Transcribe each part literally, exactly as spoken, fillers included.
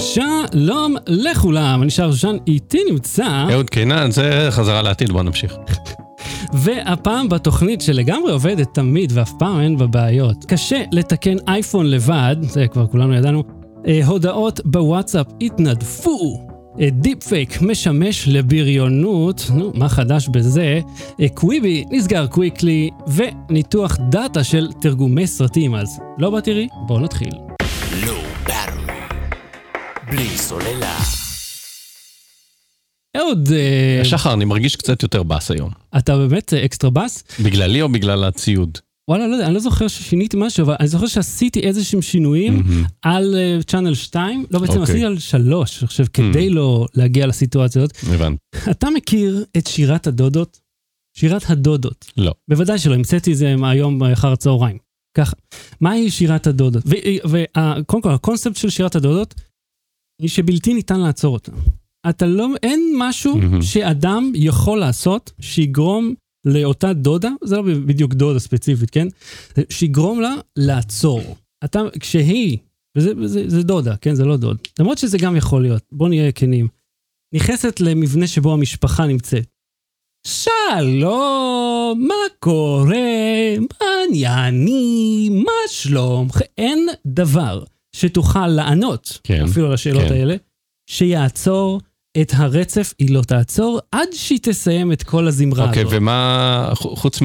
שלום לכולם, אני שר שושן, איתי נמצא... אהוד קינן, זה חזרה לעתיד, בוא נמשיך. והפעם בתוכנית שלגמרי עובדת תמיד, ואף פעם אין בה בעיות. קשה לתקן אייפון לבד, זה כבר כולנו ידענו, אה, הודעות בוואטסאפ התנדפו, אה, דיפ פייק משמש לבריונות, נו, מה חדש בזה? אה, קוויבי נסגר קוויקלי, וניתוח דאטה של תרגומי סרטים, אז לא בתראי, בואו נתחיל. לא באטרי, בלי סוללה. אהוד... שחר, אני מרגיש קצת יותר בס היום. אתה באמת אקסטרה בס? בגללי או בגלל הציוד? וואלה, לא יודע, אני לא זוכר ששיניתי משהו, אבל אני זוכר שעשיתי איזשהם שינויים על צ'אנל שתיים, לא בעצם עשיתי על שלוש, אני חושב, כדי לא להגיע לסיטואציה הזאת. הבנתי. אתה מכיר את שירת הדודות? שירת הדודות. לא. בוודאי שלא, המצאתי את זה היום אחר הצהריים. ככה, מהי שירת הדודות? וקודם כל, הקונספט של שירת הדודות, היא שבלתי ניתן לעצור אותה. אתה לא, אין משהו mm-hmm. שאדם יכול לעשות שיגרום לאותה דודה, זה לא בדיוק דודה ספציפית, כן? שיגרום לה לעצור. אתה, כשהיא, וזה זה, זה דודה, כן? זה לא דוד. למרות שזה גם יכול להיות, בוא נהיה כנים. נכנסת למבנה שבו המשפחה נמצאת. שלום, מה קורה? מה עניינים? מה שלום? אין דבר שתוכל לענות, כן, אפילו על השאלות כן. האלה, שיעצור את הרצף, היא לא תעצור, עד שהיא תסיים את כל הזמרה הזאת. אוקיי, ומה, חוץ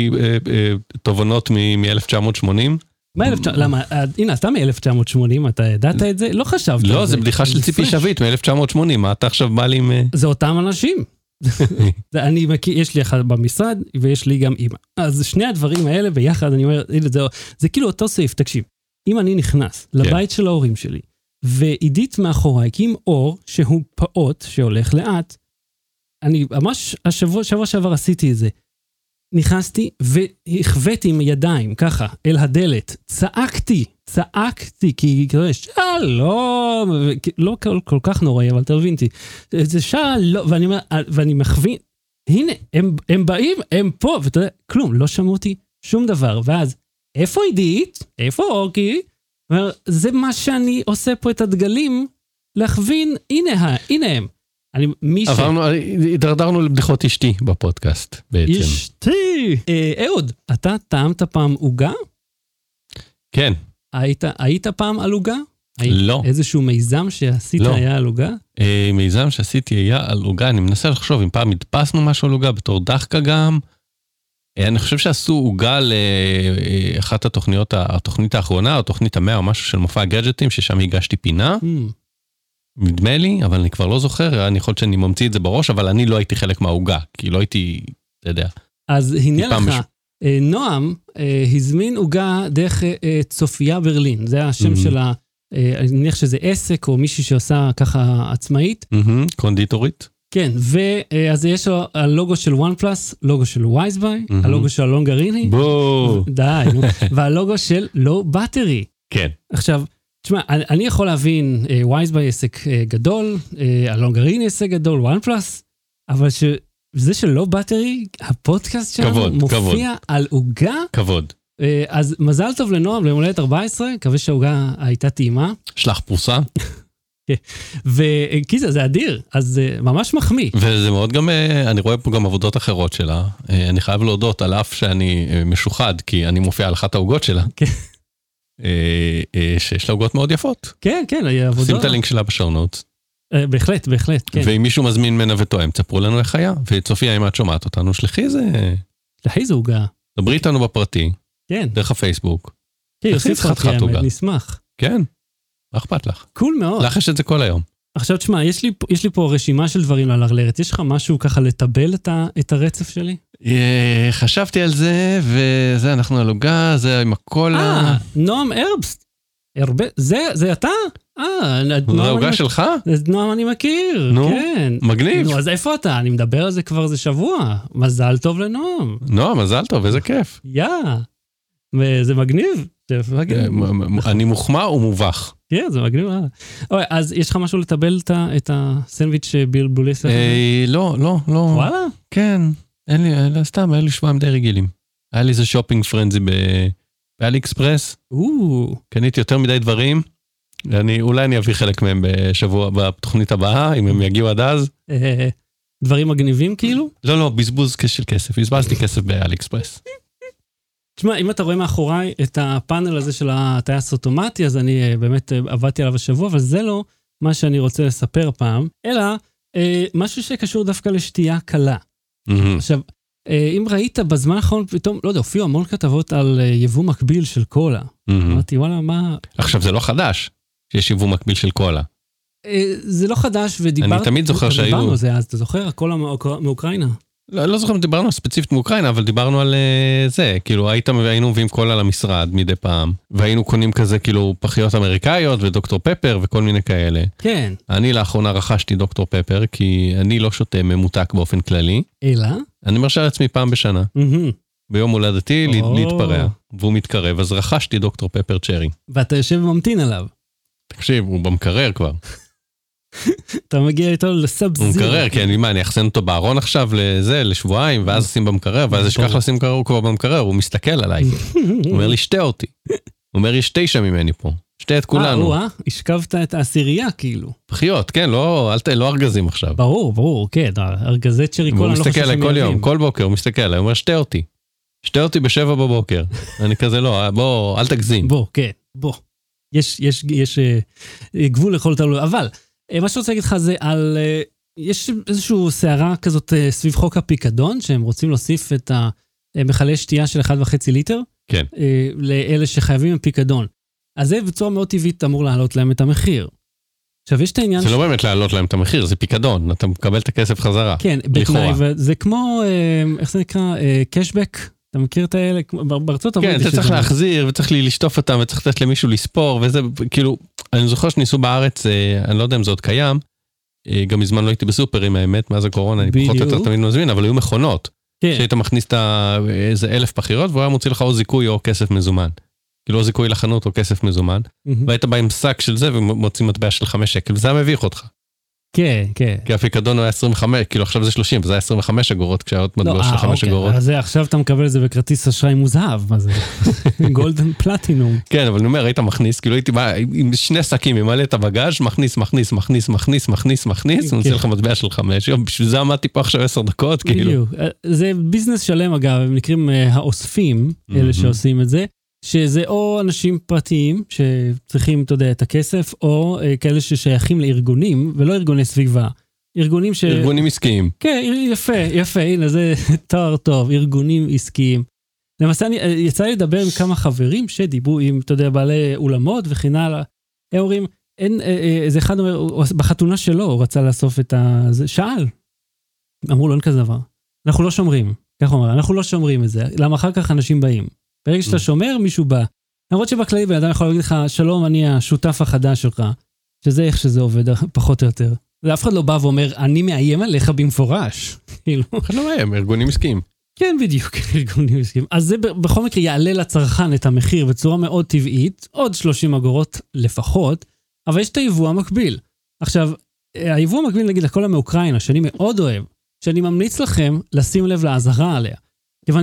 מתובנות מ-אלף תשע מאות שמונים? למה, הנה, אתה מ-אלף תשע מאות שמונים, אתה ידעת את זה? לא חשבת. לא, זה בדיחה של ציפי שביט מ-אלף תשע מאות שמונים, מה אתה עכשיו בא לי עם... זה אותם אנשים. אני מכיר, יש לי אחד במשרד, ויש לי גם אמא. אז שני הדברים האלה ביחד, אני אומר, זה כאילו אותו סעיף, תקשיב. אם אני נכנס לבית של ההורים שלי, ועידית מאחוריי, כי עם אור שהוא פעוט שהולך לאט, אני ממש השבוע, שבוע שעבר עשיתי את זה, נכנסתי והחוויתי עם ידיים, ככה, אל הדלת, צעקתי, צעקתי, כי שלום, לא כל, כל כך נוראי, אבל תרבינתי, זה שלום, ואני, ואני מכווין, הנה, הם, הם באים, הם פה, ואתה יודע, כלום, לא שמעו אותי שום דבר, ואז, איפה עידית? איפה אורקי? זה מה שאני עושה פה את הדגלים, להכווין, הנה, הנה הם. אני, מי ש... עברנו, התדרדרנו לבדיחות אשתי בפודקאסט, בעצם. אשתי! אהוד, אתה טעמת פעם עוגה? כן. היית, היית פעם על עוגה? לא. איזשהו מיזם שעשית לא. היה על עוגה? מיזם שעשיתי היה על עוגה, אני מנסה לחשוב, אם פעם הדפסנו משהו על עוגה, בתור דחקה גם, אני חושב שעשו עוגה לאחת התוכניות, התוכנית האחרונה, או תוכנית המאה, או משהו של מופע גאדג'טים, ששם הגשתי פינה. נדמה לי, אבל אני כבר לא זוכר, אני יכול שאני ממציא את זה בראש, אבל אני לא הייתי חלק מהעוגה, כי לא הייתי, אתה יודע. אז הנה לך, נועם הזמין עוגה דרך צופיה ברלין, זה השם שלה, אני מניח שזה עסק, או מישהי שעושה ככה עצמאית. קונדיטורית. כן, ואז יש לו הלוגו של OnePlus, לוגו של וייזביי, הלוגו של הלונגריני. בואו. די, והלוגו של לא בטרי. כן. עכשיו, תשמע, אני יכול להבין, וייזביי עסק גדול, הלונגריני עסק גדול, OnePlus, אבל שזה של לא בטרי, הפודקאסט שלנו מופיע על עוגה. כבוד. אז מזל טוב לנועם, ליום הולדת ארבע עשרה, מקווה שהעוגה הייתה טעימה. שלח פרוסה. וקיצה, זה אדיר, אז זה ממש מחמיא. וזה מאוד גם, אני רואה פה גם עבודות אחרות שלה, אני חייב להודות על אף שאני משוחד, כי אני מופיע על אחת העוגות שלה, שיש לה עוגות מאוד יפות. כן, כן, עבודות. שים את הלינק שלה בשורנוט. בהחלט, בהחלט, כן. ואם מישהו מזמין ממנה ותואם, תספרו לנו איך היה, וצופיה, אם את שומעת אותנו, שלחי זה... שלחי זה עוגה. דברי איתנו בפרטי, כן. דרך הפייסבוק. כן, יוסיף חתיכה, נשמח. כן. מה אכפת לך? קול מאוד. לך יש את זה כל היום. עכשיו תשמע, יש לי, יש לי פה רשימה של דברים ללרלרת. יש לך משהו ככה לטבל את, ה, את הרצף שלי? חשבתי על זה, וזה אנחנו על עוגה, זה עם הכל... אה, נועם ארבסט. הרבה, זה, זה אתה? אה, זה העוגה שלך? נועם אני מכיר. נו, כן. מגניב. נו, אז איפה אתה? אני מדבר על זה כבר איזה שבוע. מזל טוב לנועם. נועם, מזל טוב, איזה כיף. יא. וזה מגניב. אני מוחמא ומובך. כן, זה מגניב. אז יש לך משהו לטבל את הסנדוויץ' בלבולס? לא, לא, לא. וואלה? כן. אין לי, סתם, היה לי שבועיים די רגילים. היה לי איזה שופינג פרנזי באלי אקספרס. קניתי יותר מדי דברים, אני, אולי אני אביא חלק מהם בשבוע, בתוכנית הבאה, אם הם יגיעו עד אז. דברים מגניבים כאילו? לא, לא, בזבוז של כסף. בזבזתי כסף באלי אקספרס. תשמע, אם אתה רואה מאחוריי את הפאנל הזה של הטייס אוטומטי, אז אני באמת עבדתי עליו השבוע, אבל זה לא מה שאני רוצה לספר פעם, אלא משהו שקשור דווקא לשתייה קלה. עכשיו, אם ראית בזמן האחרון, פתאום, לא יודע, הופיעו המון כתבות על יבוא מקביל של קולה. אמרתי, וואלה, מה... עכשיו, זה לא חדש שיש יבוא מקביל של קולה. זה לא חדש, ודיברנו... אני תמיד זוכר שהיו... דיברנו על זה, אז אתה זוכר, הקולה מאוקראינה. לא, לא זוכר אם דיברנו ספציפית מאוקראינה, אבל דיברנו על זה, כאילו היינו מביאים קולה למשרד מדי פעם, והיינו קונים כזה כאילו פחיות אמריקאיות ודוקטור פפר וכל מיני כאלה. כן. אני לאחרונה רכשתי דוקטור פפר, כי אני לא שותה ממותק באופן כללי. אלא? אני מרשה לעצמי פעם בשנה. ביום הולדתי להתפרע, והוא מתקרב, אז רכשתי דוקטור פפר צ'רי. ואתה יושב וממתין עליו. תקשיב, הוא במקרר כבר. אתה מגיע איתו לסאב זירו. הוא מקרר, כן, מה, אני אחסן אותו בארון עכשיו לזה, לשבועיים, ואז אשים במקרר, ואז אשכח לשים קרר, הוא כבר במקרר, הוא מסתכל עליי. הוא אומר לי, שתה אותי. הוא אומר, יש תשע ממני פה. שתה את כולנו. אה, השכבת את העשירייה, כאילו. פחיות, כן, לא ארגזים עכשיו. ברור, ברור, כן, ארגזי צ'רי קולה. הוא מסתכל עליי כל יום, כל בוקר, הוא מסתכל עליי, הוא אומר, שתה אותי. שתה אותי בשבע בבוקר. אני כזה לא, בוא, אל תגזים. בוא, כן, בוא. יש, יש, יש גבול לכל תלוי, אבל מה שאני רוצה להגיד לך זה על, יש איזושהי סערה כזאת סביב חוק הפיקדון, שהם רוצים להוסיף את המכלי שתייה של אחד וחצי ליטר, כן. לאלה שחייבים עם פיקדון. אז זה בצורה מאוד טבעית אמור להעלות להם את המחיר. עכשיו יש את העניין... זה ש... לא באמת להעלות להם את המחיר, זה פיקדון, אתה מקבל את הכסף חזרה. כן, בתנאי, וזה כמו, איך זה נקרא, קשבק, אתה מכיר את האלה? בארצות הברית... כן, אתה צריך להחזיר, וצריך לשטוף אותם, וצריך לתת למישהו לספור, וזה כאילו, אני זוכר שניסו בארץ, אני לא יודע אם זה עוד קיים, גם מזמן לא הייתי בסופרים, האמת, מאז הקורונה, אני פחות יותר תמיד מזמין, אבל היו מכונות, שהיית מכניס את איזה אלף פחירות, והוא היה מוציא לך או זיכוי או כסף מזומן. כאילו או זיכוי לחנות או כסף מזומן, והיית בא עם שק של זה, ומוציא מטבע של חמש שקל, וזה היה מביך אותך. כן, כן. כי הפיקדון היה עשרים וחמש, כאילו עכשיו זה שלושים, וזה היה עשרים וחמש אגורות, כשהיה עוד מטבע של חמש אגורות. אז עכשיו אתה מקבל את זה בכרטיס אשראי מוזהב, מה זה? גולדן פלטינום. כן, אבל אני אומר, היית מכניס, כאילו הייתי בא עם שני שקים, ממלא את הבגאז', מכניס, מכניס, מכניס, מכניס, מכניס, מכניס, ומוציא לך מטבע של חמש. בשביל זה עמדתי פה עכשיו עשר דקות, כאילו. זה ביזנס שלם, אגב, הם נקראים האוספים, אלה שעושים את זה. שזה או אנשים פרטיים שצריכים, אתה יודע, את הכסף, או כאלה ששייכים לארגונים, ולא ארגוני סביבה. ארגונים ש... ארגונים עסקיים. כן, יפה, יפה, הנה, זה תואר טוב, ארגונים עסקיים. למעשה, אני, יצא לי לדבר עם כמה חברים שדיברו עם, אתה יודע, בעלי אולמות וכן הלאה. הם אומרים, אין, איזה אחד אומר, בחתונה שלו, הוא רצה לאסוף את ה... שאל. אמרו לו, אין כזה דבר. אנחנו לא שומרים. כך הוא אומר, אנחנו לא שומרים את זה. למה אחר כך אנשים באים? ברגע שאתה שומר, מישהו בא. למרות שבכללי בן אדם יכול להגיד לך, שלום, אני השותף החדש שלך, שזה איך שזה עובד, פחות או יותר. ואף אחד לא בא ואומר, אני מאיים עליך במפורש. אחד לא מאיים, ארגונים עסקיים. כן, בדיוק, ארגונים עסקיים. אז זה בכל מקרה יעלה לצרכן את המחיר בצורה מאוד טבעית, עוד שלושים אגורות לפחות, אבל יש את היבוא המקביל. עכשיו, היבוא המקביל, נגיד, לכל המאוקראינה, שאני מאוד אוהב, שאני ממליץ לכם לשים לב להזהרה עליה. כיוון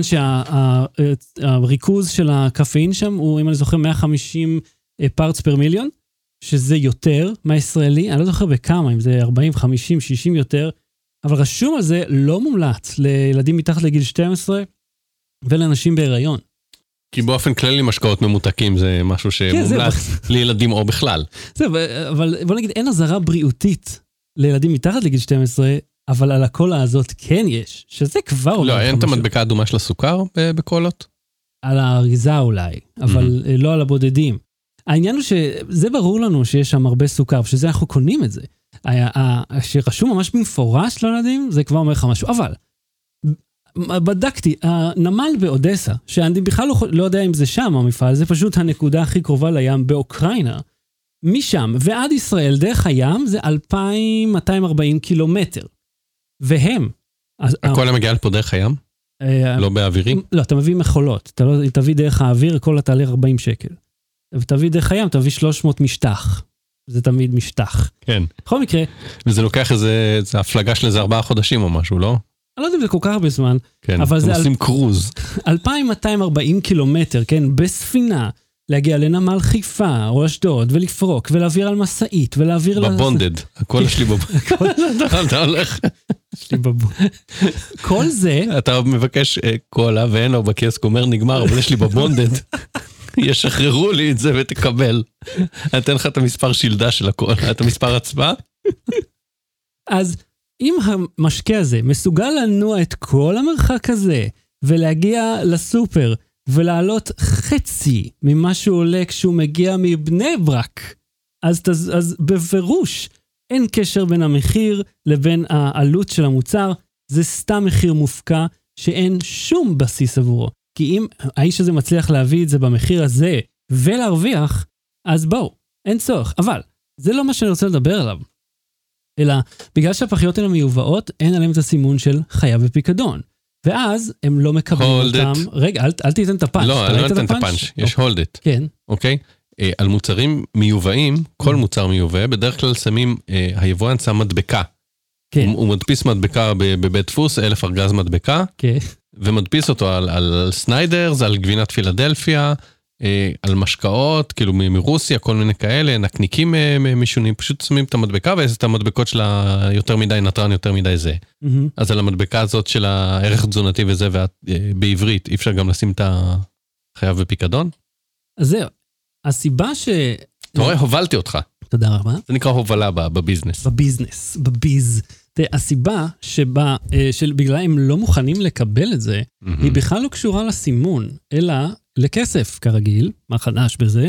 שהריכוז של הקפאין שם הוא, אם אני זוכר, מאה וחמישים פארטס פר מיליון, שזה יותר מהישראלי, אני לא זוכר בכמה, אם זה ארבעים, חמישים, שישים יותר, אבל רשום על זה לא מומלץ לילדים מתחת לגיל שתים עשרה ולאנשים בהיריון. כי באופן כללי משקאות ממותקים זה משהו שמומלץ לילדים או בכלל. זה, אבל בוא נגיד, אין עזרה בריאותית לילדים מתחת לגיל שתים עשרה, אבל על הקולה הזאת כן יש, שזה כבר... לא, אין את המדבקה האדומה של הסוכר בקולות? על האריזה אולי, אבל לא על הבודדים. העניין הוא שזה ברור לנו שיש שם הרבה סוכר, ושזה אנחנו קונים את זה. שרשום ממש במפורש לילדים, זה כבר אומר לך משהו. אבל, בדקתי, הנמל באודסה, שאני בכלל לא יודע אם זה שם המפעל, זה פשוט הנקודה הכי קרובה לים באוקראינה, משם ועד ישראל דרך הים זה אלפיים מאתיים וארבעים קילומטר. והם... הכל מגיע לפה דרך הים? לא באווירי? לא, אתה מביא מחולות. אתה לא תביא דרך האוויר, הכל אתה עלה ארבעים שקל. ותביא דרך הים, תביא שלוש מאות משטח. זה תמיד משטח. כן. בכל מקרה... וזה לוקח איזה... זה הפלגה של איזה ארבעה חודשים או משהו, לא? אני לא יודע אם זה כל כך הרבה זמן. כן, הם עושים קרוז. אלפיים מאתיים וארבעים קילומטר, כן, בספינה, להגיע לנמל חיפה או אשדוד ולפרוק ולהעביר על מסעית ולהעביר... בבונדד, הכל שלי בבונדד. אתה הולך... שלי בבונדד. כל זה... אתה מבקש קולה ואין לו בכיס, אומר נגמר, אבל יש לי בבונדד. ישחררו לי את זה ותקבל. אני אתן לך את המספר שילדה של הקולה, את המספר הצבא. אז אם המשקה הזה מסוגל לנוע את כל המרחק הזה ולהגיע לסופר, ולעלות חצי ממה שהוא עולה כשהוא מגיע מבני ברק, אז, אז בפירוש אין קשר בין המחיר לבין העלות של המוצר, זה סתם מחיר מופקע שאין שום בסיס עבורו. כי אם האיש הזה מצליח להביא את זה במחיר הזה ולהרוויח, אז בואו, אין צורך. אבל זה לא מה שאני רוצה לדבר עליו. אלא בגלל שהפחיות האלה מיובאות, אין עליהם את הסימון של חייב בפיקדון. ואז הם לא מקבלים אותם. רגע, אל, אל תיתן את הפאנץ'. לא, אני לא אתן את הפאנץ', יש hold it. כן. אוקיי? על מוצרים מיובאים, כל מוצר מיובא, בדרך כלל שמים, היבואן שם מדבקה. כן. הוא מדפיס מדבקה בבית דפוס, אלף ארגז מדבקה. כן. ומדפיס אותו על, על סניידרס, על גבינת פילדלפיה, על משקאות, כאילו מרוסיה, כל מיני כאלה, נקניקים משונים, פשוט שמים את המדבקה, ויש את המדבקות של יותר מדי נטרן, יותר מדי זה. Mm-hmm. אז על המדבקה הזאת של הערך תזונתי וזה, בעברית, אי אפשר גם לשים את החייב בפיקדון? אז זהו, הסיבה ש... אתה רואה, הובלתי אותך. תודה רבה. זה נקרא הובלה בביזנס. בביזנס, בביז. הסיבה שבה, שבגלל הם לא מוכנים לקבל את זה, mm-hmm. היא בכלל לא קשורה לסימון, אלא לכסף כרגיל, מה חדש בזה,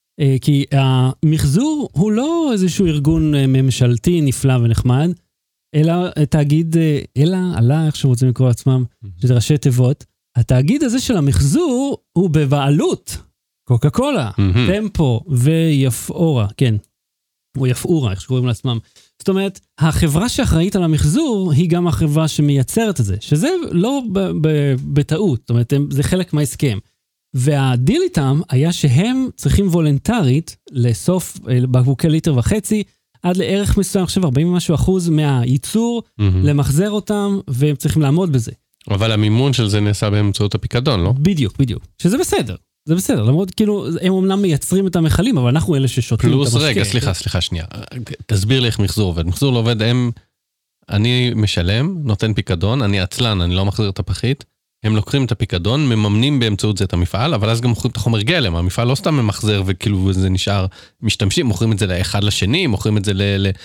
כי המחזור הוא לא איזשהו ארגון ממשלתי נפלא ונחמד, אלא תאגיד, אלא, עלה, איך שרוצים לקרוא עצמם, שזה ראשי תיבות, התאגיד הזה של המחזור הוא בבעלות, קוקה קולה, טמפו ויפאורה, כן, או יפאורה, איך שקוראים לעצמם. זאת אומרת, החברה שאחראית על המחזור היא גם החברה שמייצרת את זה, שזה לא בטעות, זאת אומרת, זה חלק מההסכם. והדיל איתם היה שהם צריכים וולנטרית לסוף בקבוקי ליטר וחצי, עד לערך מסוים, עכשיו ארבעים ומשהו אחוז מהייצור, mm-hmm. למחזר אותם, והם צריכים לעמוד בזה. אבל המימון של זה נעשה באמצעות הפיקדון, לא? בדיוק, בדיוק. שזה בסדר. זה בסדר, למרות כאילו, הם אמנם מייצרים את המחלים, אבל אנחנו אלה ששותים את המשקה. פלוס רגע, סליחה, סליחה, שנייה. תסביר לי איך מחזור עובד. מחזור לא עובד, הם, אני משלם, נותן פיקדון, אני עצלן, אני לא מחזיר את הפחית, הם לוקחים את הפיקדון, מממנים באמצעות זה את המפעל, אבל אז גם מוכרים את החומר גלם, המפעל לא סתם ממחזר וכאילו זה נשאר, משתמשים, מוכרים את זה לאחד לשני, מוכרים את זה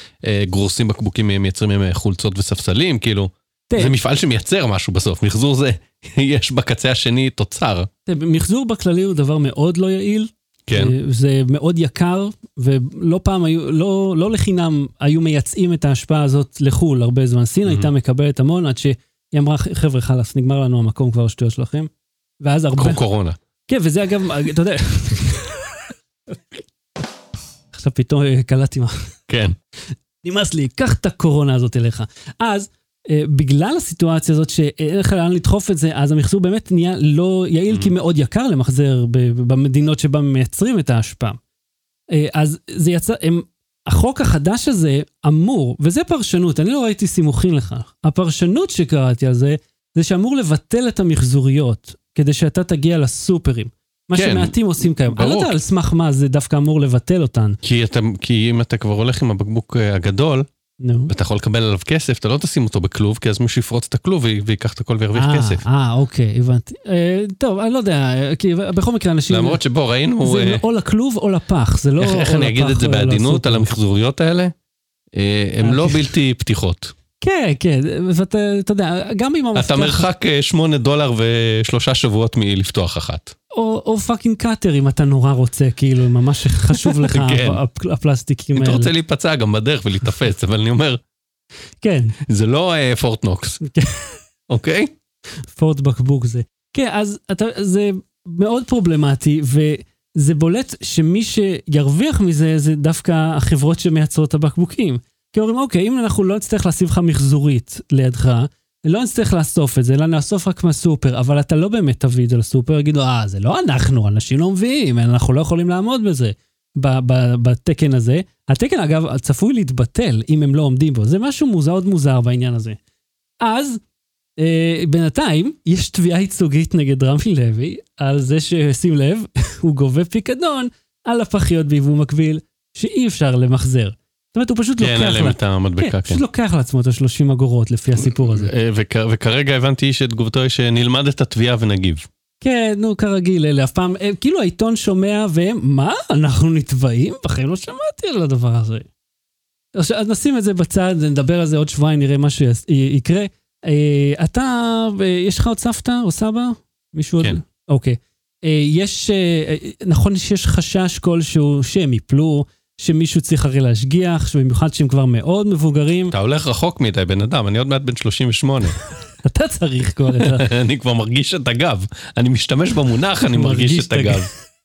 לגרוסים בקבוקים, מייצרים עם חולצות וספסלים, כאילו, זה מפעל שמייצר משהו בסוף, מחזור זה, יש בקצה השני תוצר. מחזור בכללי הוא דבר מאוד לא יעיל, כן. זה מאוד יקר, ולא פעם היו, לא, לא לחינם היו מייצאים את ההשפעה הזאת לחול הרבה זמן, סין הייתה מקבלת המון עד ש... היא אמרה, חבר'ה, חלס, נגמר לנו המקום כבר השטויות שלכם. ואז הרבה... קורונה. כן, וזה אגב, אתה יודע... עכשיו פתאום קלטתי מה... כן. נמאס לי, קח את הקורונה הזאת אליך. אז, בגלל הסיטואציה הזאת שאין לך לאן לדחוף את זה, אז המחזור באמת נהיה לא יעיל, כי מאוד יקר למחזר במדינות שבה מייצרים את ההשפעה. אז זה יצא... החוק החדש הזה אמור, וזה פרשנות, אני לא ראיתי סימוכין לך, הפרשנות שקראתי על זה, זה שאמור לבטל את המחזוריות, כדי שאתה תגיע לסופרים. מה כן, שמעטים עושים כיום. אני לא יודע על סמך מה זה דווקא אמור לבטל אותן. כי, אתה, כי אם אתה כבר הולך עם הבקבוק הגדול, no. ואתה יכול לקבל עליו כסף, אתה לא תשים אותו בכלוב, כי אז מישהו יפרוץ את הכלוב ויקח את הכל וירוויח 아, כסף. אה, אוקיי, הבנתי. אה, טוב, אני לא יודע, כי בכל מקרה אנשים... למרות שבו ראינו... זה אה... או לכלוב או לפח, זה לא... איך, איך אני אגיד את זה בעדינות על המחזוריות האלה? אה, הם לא בלתי פתיחות. כן, כן, ואתה אתה יודע, גם אם המפתח... אתה מרחק שמונה דולר ושלושה שבועות מלפתוח אחת. או, או פאקינג קאטר, אם אתה נורא רוצה, כאילו, ממש חשוב לך כן. הפלסטיקים האלה. אתה רוצה להיפצע גם בדרך ולהתאפץ, אבל אני אומר... כן. זה לא uh, פורט נוקס. אוקיי? פורט בקבוק זה. כן, אז אתה, זה מאוד פרובלמטי, וזה בולט שמי שירוויח מזה, זה דווקא החברות שמייצרות את הבקבוקים. כי אומרים, אוקיי, אם אנחנו לא נצטרך להסיב לך מחזורית לידך, לא נצטרך לאסוף את זה, אלא נאסוף רק מהסופר, אבל אתה לא באמת תביא את זה לסופר, יגידו, אה, זה לא אנחנו, אנשים לא מביאים, אנחנו לא יכולים לעמוד בזה, בתקן הזה. התקן, אגב, צפוי להתבטל אם הם לא עומדים בו, זה משהו מוזר, עוד מוזר בעניין הזה. אז, בינתיים, יש תביעה ייצוגית נגד רמי לוי, על זה ששים לב, הוא גובה פיקדון על הפחיות ביבוא מקביל, שאי אפשר למחזר. זאת אומרת, הוא פשוט לוקח... כן, עליהם את המדבקה, כן. פשוט לוקח לעצמו את ה-שלושים אגורות לפי הסיפור הזה. וכרגע הבנתי שתגובתו היא שנלמד את התביעה ונגיב. כן, נו, כרגיל, אלה אף פעם, כאילו העיתון שומע והם, מה? אנחנו נתבעים? בחיים לא שמעתי על הדבר הזה. עכשיו, אז נשים את זה בצד, נדבר על זה עוד שבועיים, נראה מה שיקרה. אתה, יש לך עוד סבתא או סבא? מישהו עוד? כן. אוקיי. יש, נכון שיש חשש כלשהו שהם יפלו, שמישהו צריך הרי להשגיח, במיוחד שהם כבר מאוד מבוגרים. אתה הולך רחוק מדי, בן אדם, אני עוד מעט בן שלושים ושמונה. אתה צריך כבר את ה... אני כבר מרגיש את הגב. אני משתמש במונח, אני מרגיש את הגב.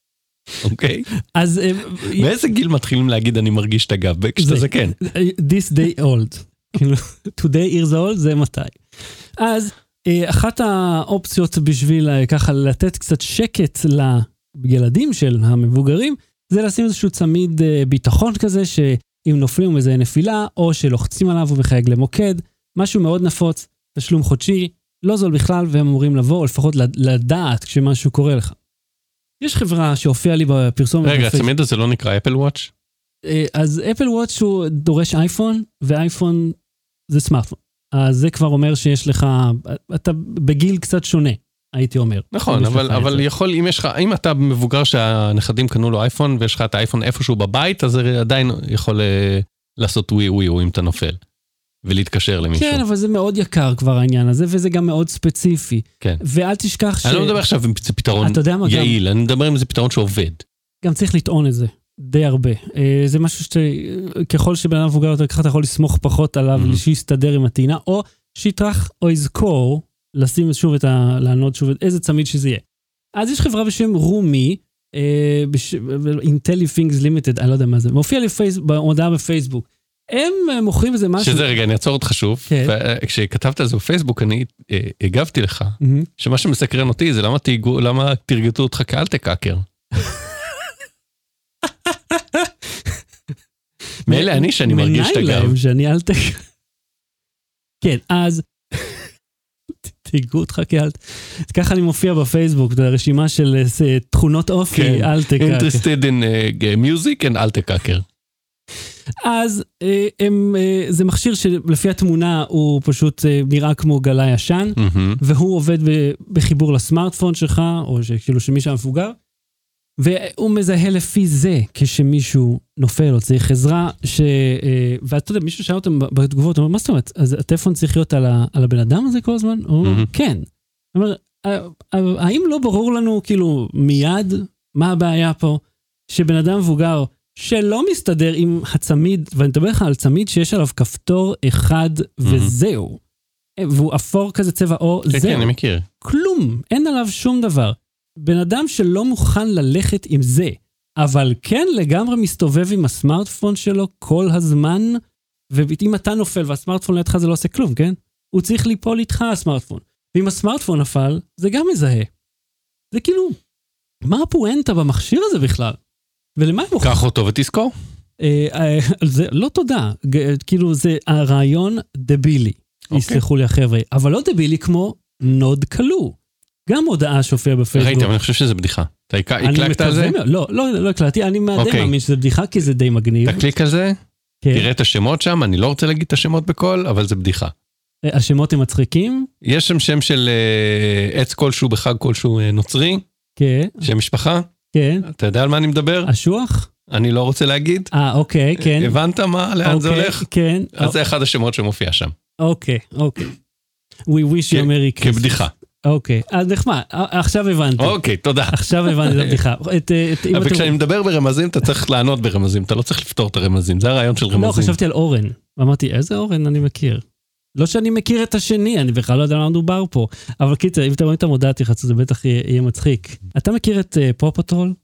אוקיי? אז... באיזה גיל מתחילים להגיד אני מרגיש את הגב? כשאתה זה כן. This day old. כאילו, today years old, זה מתי. אז אחת האופציות בשביל ככה לתת קצת שקט לילדים של המבוגרים, זה לשים איזשהו צמיד ביטחון כזה, שאם נופלים איזה נפילה, או שלוחצים עליו ומחייג למוקד, משהו מאוד נפוץ, תשלום חודשי, לא זול בכלל, והם אמורים לבוא, או לפחות לדעת כשמשהו קורה לך. יש חברה שהופיעה לי בפרסום... רגע, הצמיד הזה לא נקרא אפל וואץ'? אז אפל וואץ' הוא דורש אייפון, ואייפון זה סמארטפון. אז זה כבר אומר שיש לך, אתה בגיל קצת שונה, הייתי אומר. נכון, אבל, אבל יכול, אם יש לך, אם אתה מבוגר שהנכדים קנו לו אייפון, ויש לך את האייפון איפשהו בבית, אז זה עדיין יכול לעשות ווי ווי ווי אם אתה נופל, ולהתקשר למישהו. כן, אבל זה מאוד יקר כבר העניין הזה, וזה גם מאוד ספציפי. כן. ואל תשכח ש... אני לא מדבר עכשיו אם זה פתרון יעיל, אני מדבר אם זה פתרון שעובד. גם צריך לטעון את זה, די הרבה. זה משהו שככל שבן אדם מבוגר יותר, ככה אתה יכול לסמוך פחות עליו, שיסתדר עם הטעינה, או שיטרח או יזכור, לשים שוב את ה... לענות שוב איזה צמיד שזה יהיה. אז יש חברה בשם רומי, Intelli-Things Limited, אני לא יודע מה זה, מופיע לי בהודעה בפייסבוק. הם מוכרים איזה משהו... שזה רגע, אני אעצור אותך שוב, וכשכתבת על זה בפייסבוק, אני הגבתי לך, שמה שמסקרן אותי זה למה תרגטו אותך כאלטקאקר. מאלה אני שאני מרגיש את הגב. מנהי להם שאני אלטקאקר. כן, אז... תיגעו אותך כאלט. ככה אני מופיע בפייסבוק, ברשימה של תכונות אופי, אלטקאקר. Interested in music and אלטקאקר. אז הם, זה מכשיר שלפי התמונה הוא פשוט נראה כמו גלה ישן, והוא עובד בחיבור לסמארטפון שלך, או כאילו שמישהו המפוגר, והוא מזהה לפי זה כשמישהו נופל או צריך עזרה, ש... ואתה יודע, מישהו שאל אותם בתגובות, הוא אומר, מה זאת אומרת? אז הטלפון צריך להיות על, ה... על הבן אדם הזה כל הזמן? הוא אומר, כן. הוא אומר, האם לא ברור לנו כאילו מיד מה הבעיה פה? שבן אדם מבוגר שלא מסתדר עם הצמיד, ואני מדבר לך על צמיד שיש עליו כפתור אחד וזהו. והוא אפור כזה צבע אור, זהו. כן, אני מכיר. כלום, אין עליו שום דבר. בן אדם שלא מוכן ללכת עם זה, אבל כן לגמרי מסתובב עם הסמארטפון שלו כל הזמן, ואם אתה נופל והסמארטפון לידך זה לא עושה כלום, כן? הוא צריך ליפול איתך הסמארטפון. ואם הסמארטפון נפל, זה גם מזהה. זה כאילו, מה הפואנטה במכשיר הזה בכלל? ולמה הם מוכן? קח אותו ותזכור. זה לא תודה. כאילו זה הרעיון דבילי. יסלחו לי החבר'ה. אבל לא דבילי כמו נוד קלו. גם הודעה שהופיעה בפייסבוק. ראית, אבל אני חושב שזה בדיחה. אתה הקלקת על זה? לא, לא הקלטתי. אני די מאמין שזה בדיחה, כי זה די מגניב. תקליק על זה, תראה את השמות שם, אני לא רוצה להגיד את השמות בכל, אבל זה בדיחה. השמות הם מצחיקים? יש שם שם של עץ כלשהו בחג כלשהו נוצרי. כן. שם משפחה. כן. אתה יודע על מה אני מדבר? אשוח? אני לא רוצה להגיד. אה, אוקיי, כן. הבנת מה, לאן זה הולך? כן. אז זה אחד השמות שמופיע שם. אוקיי, אוקיי. We wish you Merry Christmas. כבדיחה. אוקיי, אז נחמד, עכשיו הבנתי. אוקיי, תודה. עכשיו הבנתי, זה בדיחה. אבל כשאני מדבר ברמזים, אתה צריך לענות ברמזים, אתה לא צריך לפתור את הרמזים, זה הרעיון של רמזים. לא, חשבתי על אורן, ואמרתי, איזה אורן אני מכיר? לא שאני מכיר את השני, אני בכלל לא יודע מה מדובר פה, אבל קיצר, אם אתה רואים את המודעה תחצו, זה בטח יהיה מצחיק. אתה מכיר את פאו פטרול?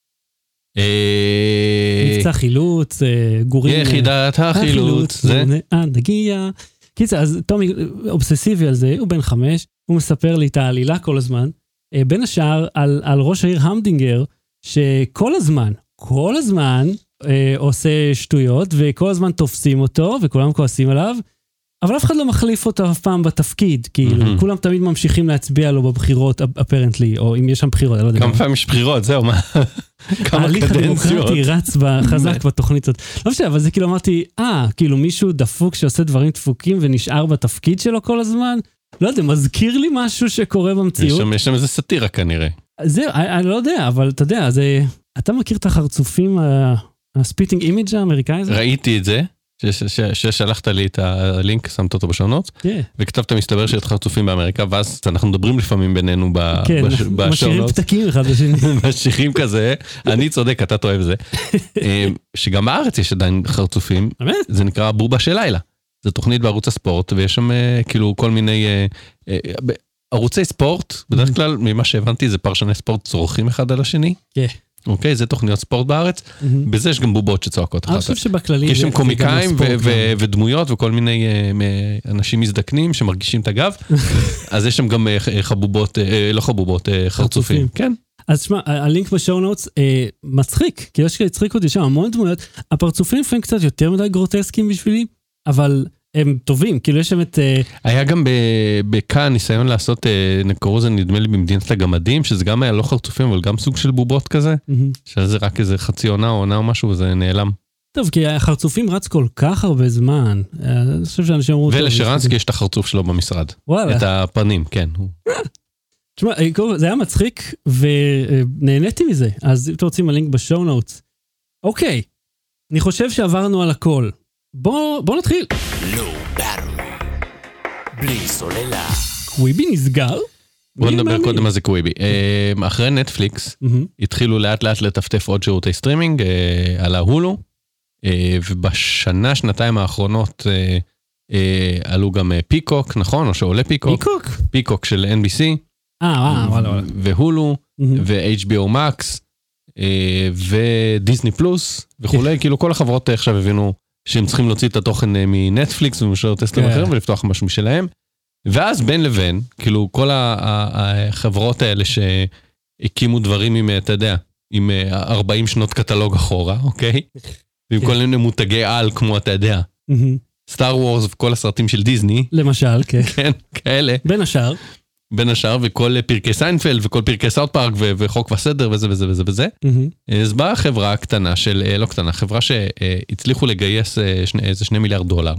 מבצע חילוץ, גורים... יחידת החילוץ, זה? נגיע... קיצר, אז טומי אובססיבי על זה, הוא בן חמש, הוא מספר לי את העלילה כל הזמן, בין השאר על, על ראש העיר המדינגר, שכל הזמן, כל הזמן אה, עושה שטויות, וכל הזמן תופסים אותו, וכולם כועסים עליו, אבל אף אחד לא מחליף אותו אף פעם בתפקיד, כאילו, Mm-hmm. כולם תמיד ממשיכים להצביע לו בבחירות, apparently, או אם יש שם בחירות, אני לא יודע. כמה פעמים יש בחירות, זהו, מה? כמה ההליך קדנציות. הדמוקרטי רץ חזק בתוכנית הזאת. לא משנה, אבל זה כאילו אמרתי, אה, כאילו מישהו דפוק שעושה דברים דפוקים ונשאר בתפקיד שלו כל הזמן? לא יודע, מזכיר לי משהו שקורה במציאות. יש שם איזה סטירה כנראה. זהו, אני לא יודע, אבל אתה יודע, זה... אתה מכיר את החרצופים, הספיטינג אימג' האמריקאי הזה? ראיתי את זה, ששלחת לי את הלינק, שמת אותו בשונות, וכתבת מסתבר שאת חרצופים באמריקה, ואז אנחנו מדברים לפעמים בינינו בשונות. כן, משאירים פתקים אחד לשני. משאירים כזה, אני צודק, אתה טועה בזה. שגם בארץ יש עדיין חרצופים, זה נקרא בובה של לילה. זו תוכנית בערוץ הספורט, ויש שם כאילו כל מיני... ערוצי ספורט, בדרך כלל, ממה שהבנתי, זה פרשני ספורט צורכים אחד על השני. כן. אוקיי, זה תוכניות ספורט בארץ, בזה יש גם בובות שצועקות אחת. אני חושב שבכללי... יש שם קומיקאים ודמויות וכל מיני אנשים מזדקנים שמרגישים את הגב, אז יש שם גם חבובות, לא חבובות, חרצופים. כן. אז תשמע, הלינק בשואו נוטס מצחיק, כי יש שהצחיק אותי שם המון דמויות, הפרצופים לפעמים קצת יותר מדי גרוטסקים בשבילי, אבל... הם טובים, כאילו יש שם את... היה גם בכאן ניסיון לעשות, נקראו זה נדמה לי במדינת הגמדים, שזה גם היה לא חרצופים, אבל גם סוג של בובות כזה, שזה רק איזה חצי עונה או עונה או משהו, וזה נעלם. טוב, כי החרצופים רץ כל כך הרבה זמן, אני חושב שאנשים אמרו... ולשרנסקי יש את החרצוף שלו במשרד. וואלה. את הפנים, כן. תשמע, זה היה מצחיק, ונהניתי מזה, אז אם אתם רוצים הלינק בשואו נוטס. אוקיי, אני חושב שעברנו על הכל. בוא, בוא נתחיל. לא ברור. בלי סוללה. קוויבי נסגר? בוא נדבר קודם מה זה קוויבי. אחרי נטפליקס, התחילו לאט לאט לטפטף עוד שירותי סטרימינג על ההולו, ובשנה, שנתיים האחרונות עלו גם פיקוק, נכון? או שעולה פיקוק. פיקוק? פיקוק של אן בי סי. אה, וואלה, וואלה. והולו, ו-אייץ' בי או Max, ודיסני פלוס, וכולי. כאילו כל החברות עכשיו הבינו שהם צריכים להוציא את התוכן מנטפליקס ומשאר טסטים אחרים ולפתוח משהו משלהם. ואז בין לבין, כאילו כל החברות האלה שהקימו דברים עם, אתה יודע, עם ארבעים שנות קטלוג אחורה, אוקיי? ועם כל מיני מותגי על, כמו אתה יודע. סטאר וורס וכל הסרטים של דיזני. למשל, כן. כן, כאלה. בין השאר. בין השאר, וכל פרקי סיינפלד, וכל פרקי סאוט פארק, וחוק וסדר, וזה וזה וזה וזה. אז באה חברה קטנה של, לא קטנה, חברה שהצליחו לגייס איזה שני מיליארד דולר,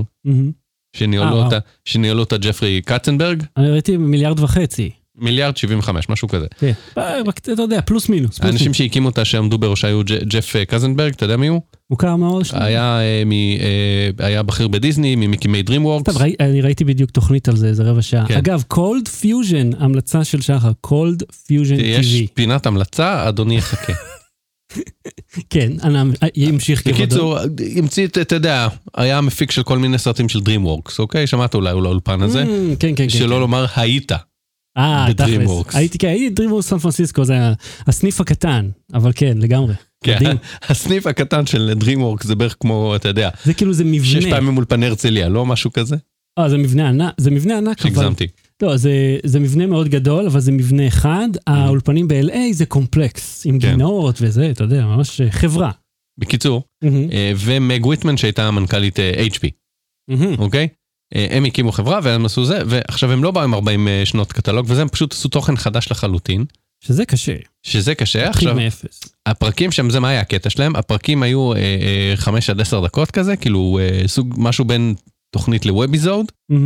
שניהלו אותה ג'פרי קצנברג. אני ראיתי מיליארד וחצי. מיליארד שבעים וחמש, משהו כזה. כן, אתה יודע, פלוס מינוס. האנשים שהקימו אותה שעמדו בראשה היו ג'ף קצנברג, אתה יודע מי הוא? מוכר מאוד. היה בכיר בדיסני, ממקימי DreamWorks. אני ראיתי בדיוק תוכנית על זה, איזה רבע שעה. אגב, קולד פיוז'ן, המלצה של שחר, קולד פיוז'ן טי וי. יש פינת המלצה, אדוני יחכה. כן, אני אמשיך כבודו. בקיצור, המציא, אתה יודע, היה מפיק של כל מיני סרטים של DreamWorks, אוקיי? שמעת אולי אולי אולפן הזה? כן, כן, כן. שלא לומר, היית. אה, תכלס. הייתי, כן, הייתי DreamWorks סן פרנסיסקו, זה הסניף הקטן, אבל כן, לגמרי. כן, הסניף הקטן של DreamWorks זה בערך כמו, אתה יודע. זה כאילו, זה מבנה. שש פעמים אולפן הרצליה, לא משהו כזה? אה, זה מבנה ענק, זה מבנה ענק. שהגזמתי. לא, זה, זה מבנה מאוד גדול, אבל זה מבנה אחד. האולפנים ב-אל איי זה קומפלקס, עם גינות וזה, אתה יודע, ממש חברה. בקיצור, ומג וויטמן שהייתה המנכ"לית אייץ' פי, אוקיי? הם הקימו חברה והם עשו זה, ועכשיו הם לא באו עם ארבעים שנות קטלוג, וזה הם פשוט עשו תוכן חדש לחלוטין. שזה קשה. שזה קשה. עכשיו, הפרקים שם, זה מה היה הקטע שלהם? הפרקים היו חמש עד עשר דקות כזה, כאילו סוג משהו בין תוכנית לווביזוד,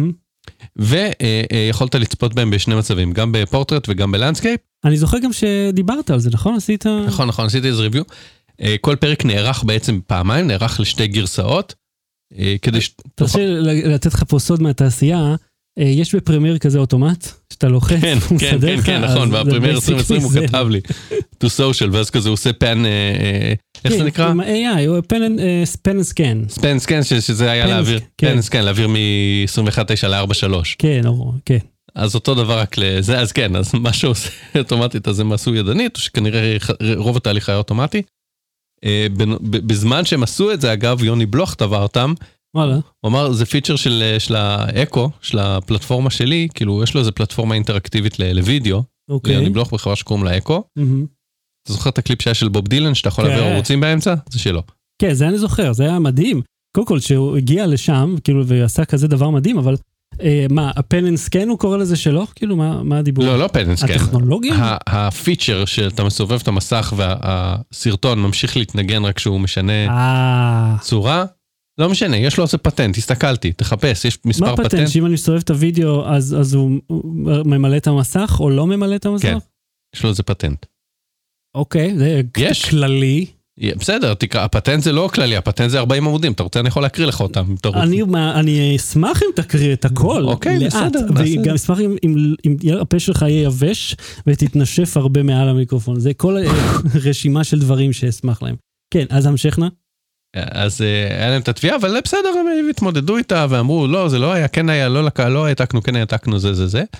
ויכולת לצפות בהם בשני מצבים, גם בפורטרט וגם בלנדסקייפ. אני זוכר גם שדיברת על זה, נכון? עשית... נכון, נכון, עשיתי איזה ריוויו. כל פרק נערך בעצם פעמיים, נערך לשתי גרסאות, כדי ש... תרשה לתת לך פה סוד מהתעשייה, יש בפרמייר כזה אוטומט, שאתה לוחץ, כן, כן, כן, כן, נכון, והפרמייר עשרים עשרים הוא כתב לי, to social, ואז כזה הוא עושה פן, איך זה נקרא? עם ה-איי איי, פן and scan. פן and scan, שזה היה להעביר, פן and scan, להעביר מ-עשרים ואחת תשע ל-ארבע שלוש. כן, כן. אז אותו דבר רק לזה, אז כן, אז מה שעושה אוטומטית, אז הם עשו ידנית, או שכנראה רוב התהליך היה אוטומטי. בזמן שהם עשו את זה, אגב, יוני בלוך טבע אותם, וואלה. הוא אמר, זה פיצ'ר של, של האקו, של הפלטפורמה שלי, כאילו יש לו איזה פלטפורמה אינטראקטיבית לוידאו, אוקיי. ליוני בלוך בחברה שקוראים לה אקו. Mm-hmm. אתה זוכר את הקליפ שהיה של בוב דילן, שאתה יכול להעביר ערוצים באמצע? זה שלו. כן, זה אני זוכר, זה היה מדהים. קודם כל, שהוא הגיע לשם, כאילו, ועשה כזה דבר מדהים, אבל מה, הפן אנד סקן הוא קורא לזה שלא? כאילו, מה הדיבור? לא, לא פן אנד סקן. הטכנולוגיה? הפיצ'ר שאתה מסובב את המסך והסרטון ממשיך להתנגן רק שהוא משנה צורה, לא משנה, יש לו איזה פטנט, הסתכלתי, תחפש, יש מספר פטנט. מה פטנט? שאם אני מסובב את הוידאו, אז הוא ממלא את המסך, או לא ממלא את המסך? כן, יש לו איזה פטנט. אוקיי, זה כללי. בסדר, תקרא, הפטנט זה לא כללי, הפטנט זה ארבעים עמודים, אתה רוצה, אני יכול להקריא לך אותם. אני אשמח אם תקריא את הכל, אוקיי, בסדר. וגם אשמח אם הפה שלך יהיה יבש, ותתנשף הרבה מעל המיקרופון, זה כל רשימה של דברים שאשמח להם. כן, אז המשכנה? אז היה להם את התביעה, אבל בסדר, הם התמודדו איתה, ואמרו, לא, זה לא היה, כן היה, לא העתקנו, כן העתקנו, זה, זה, זה.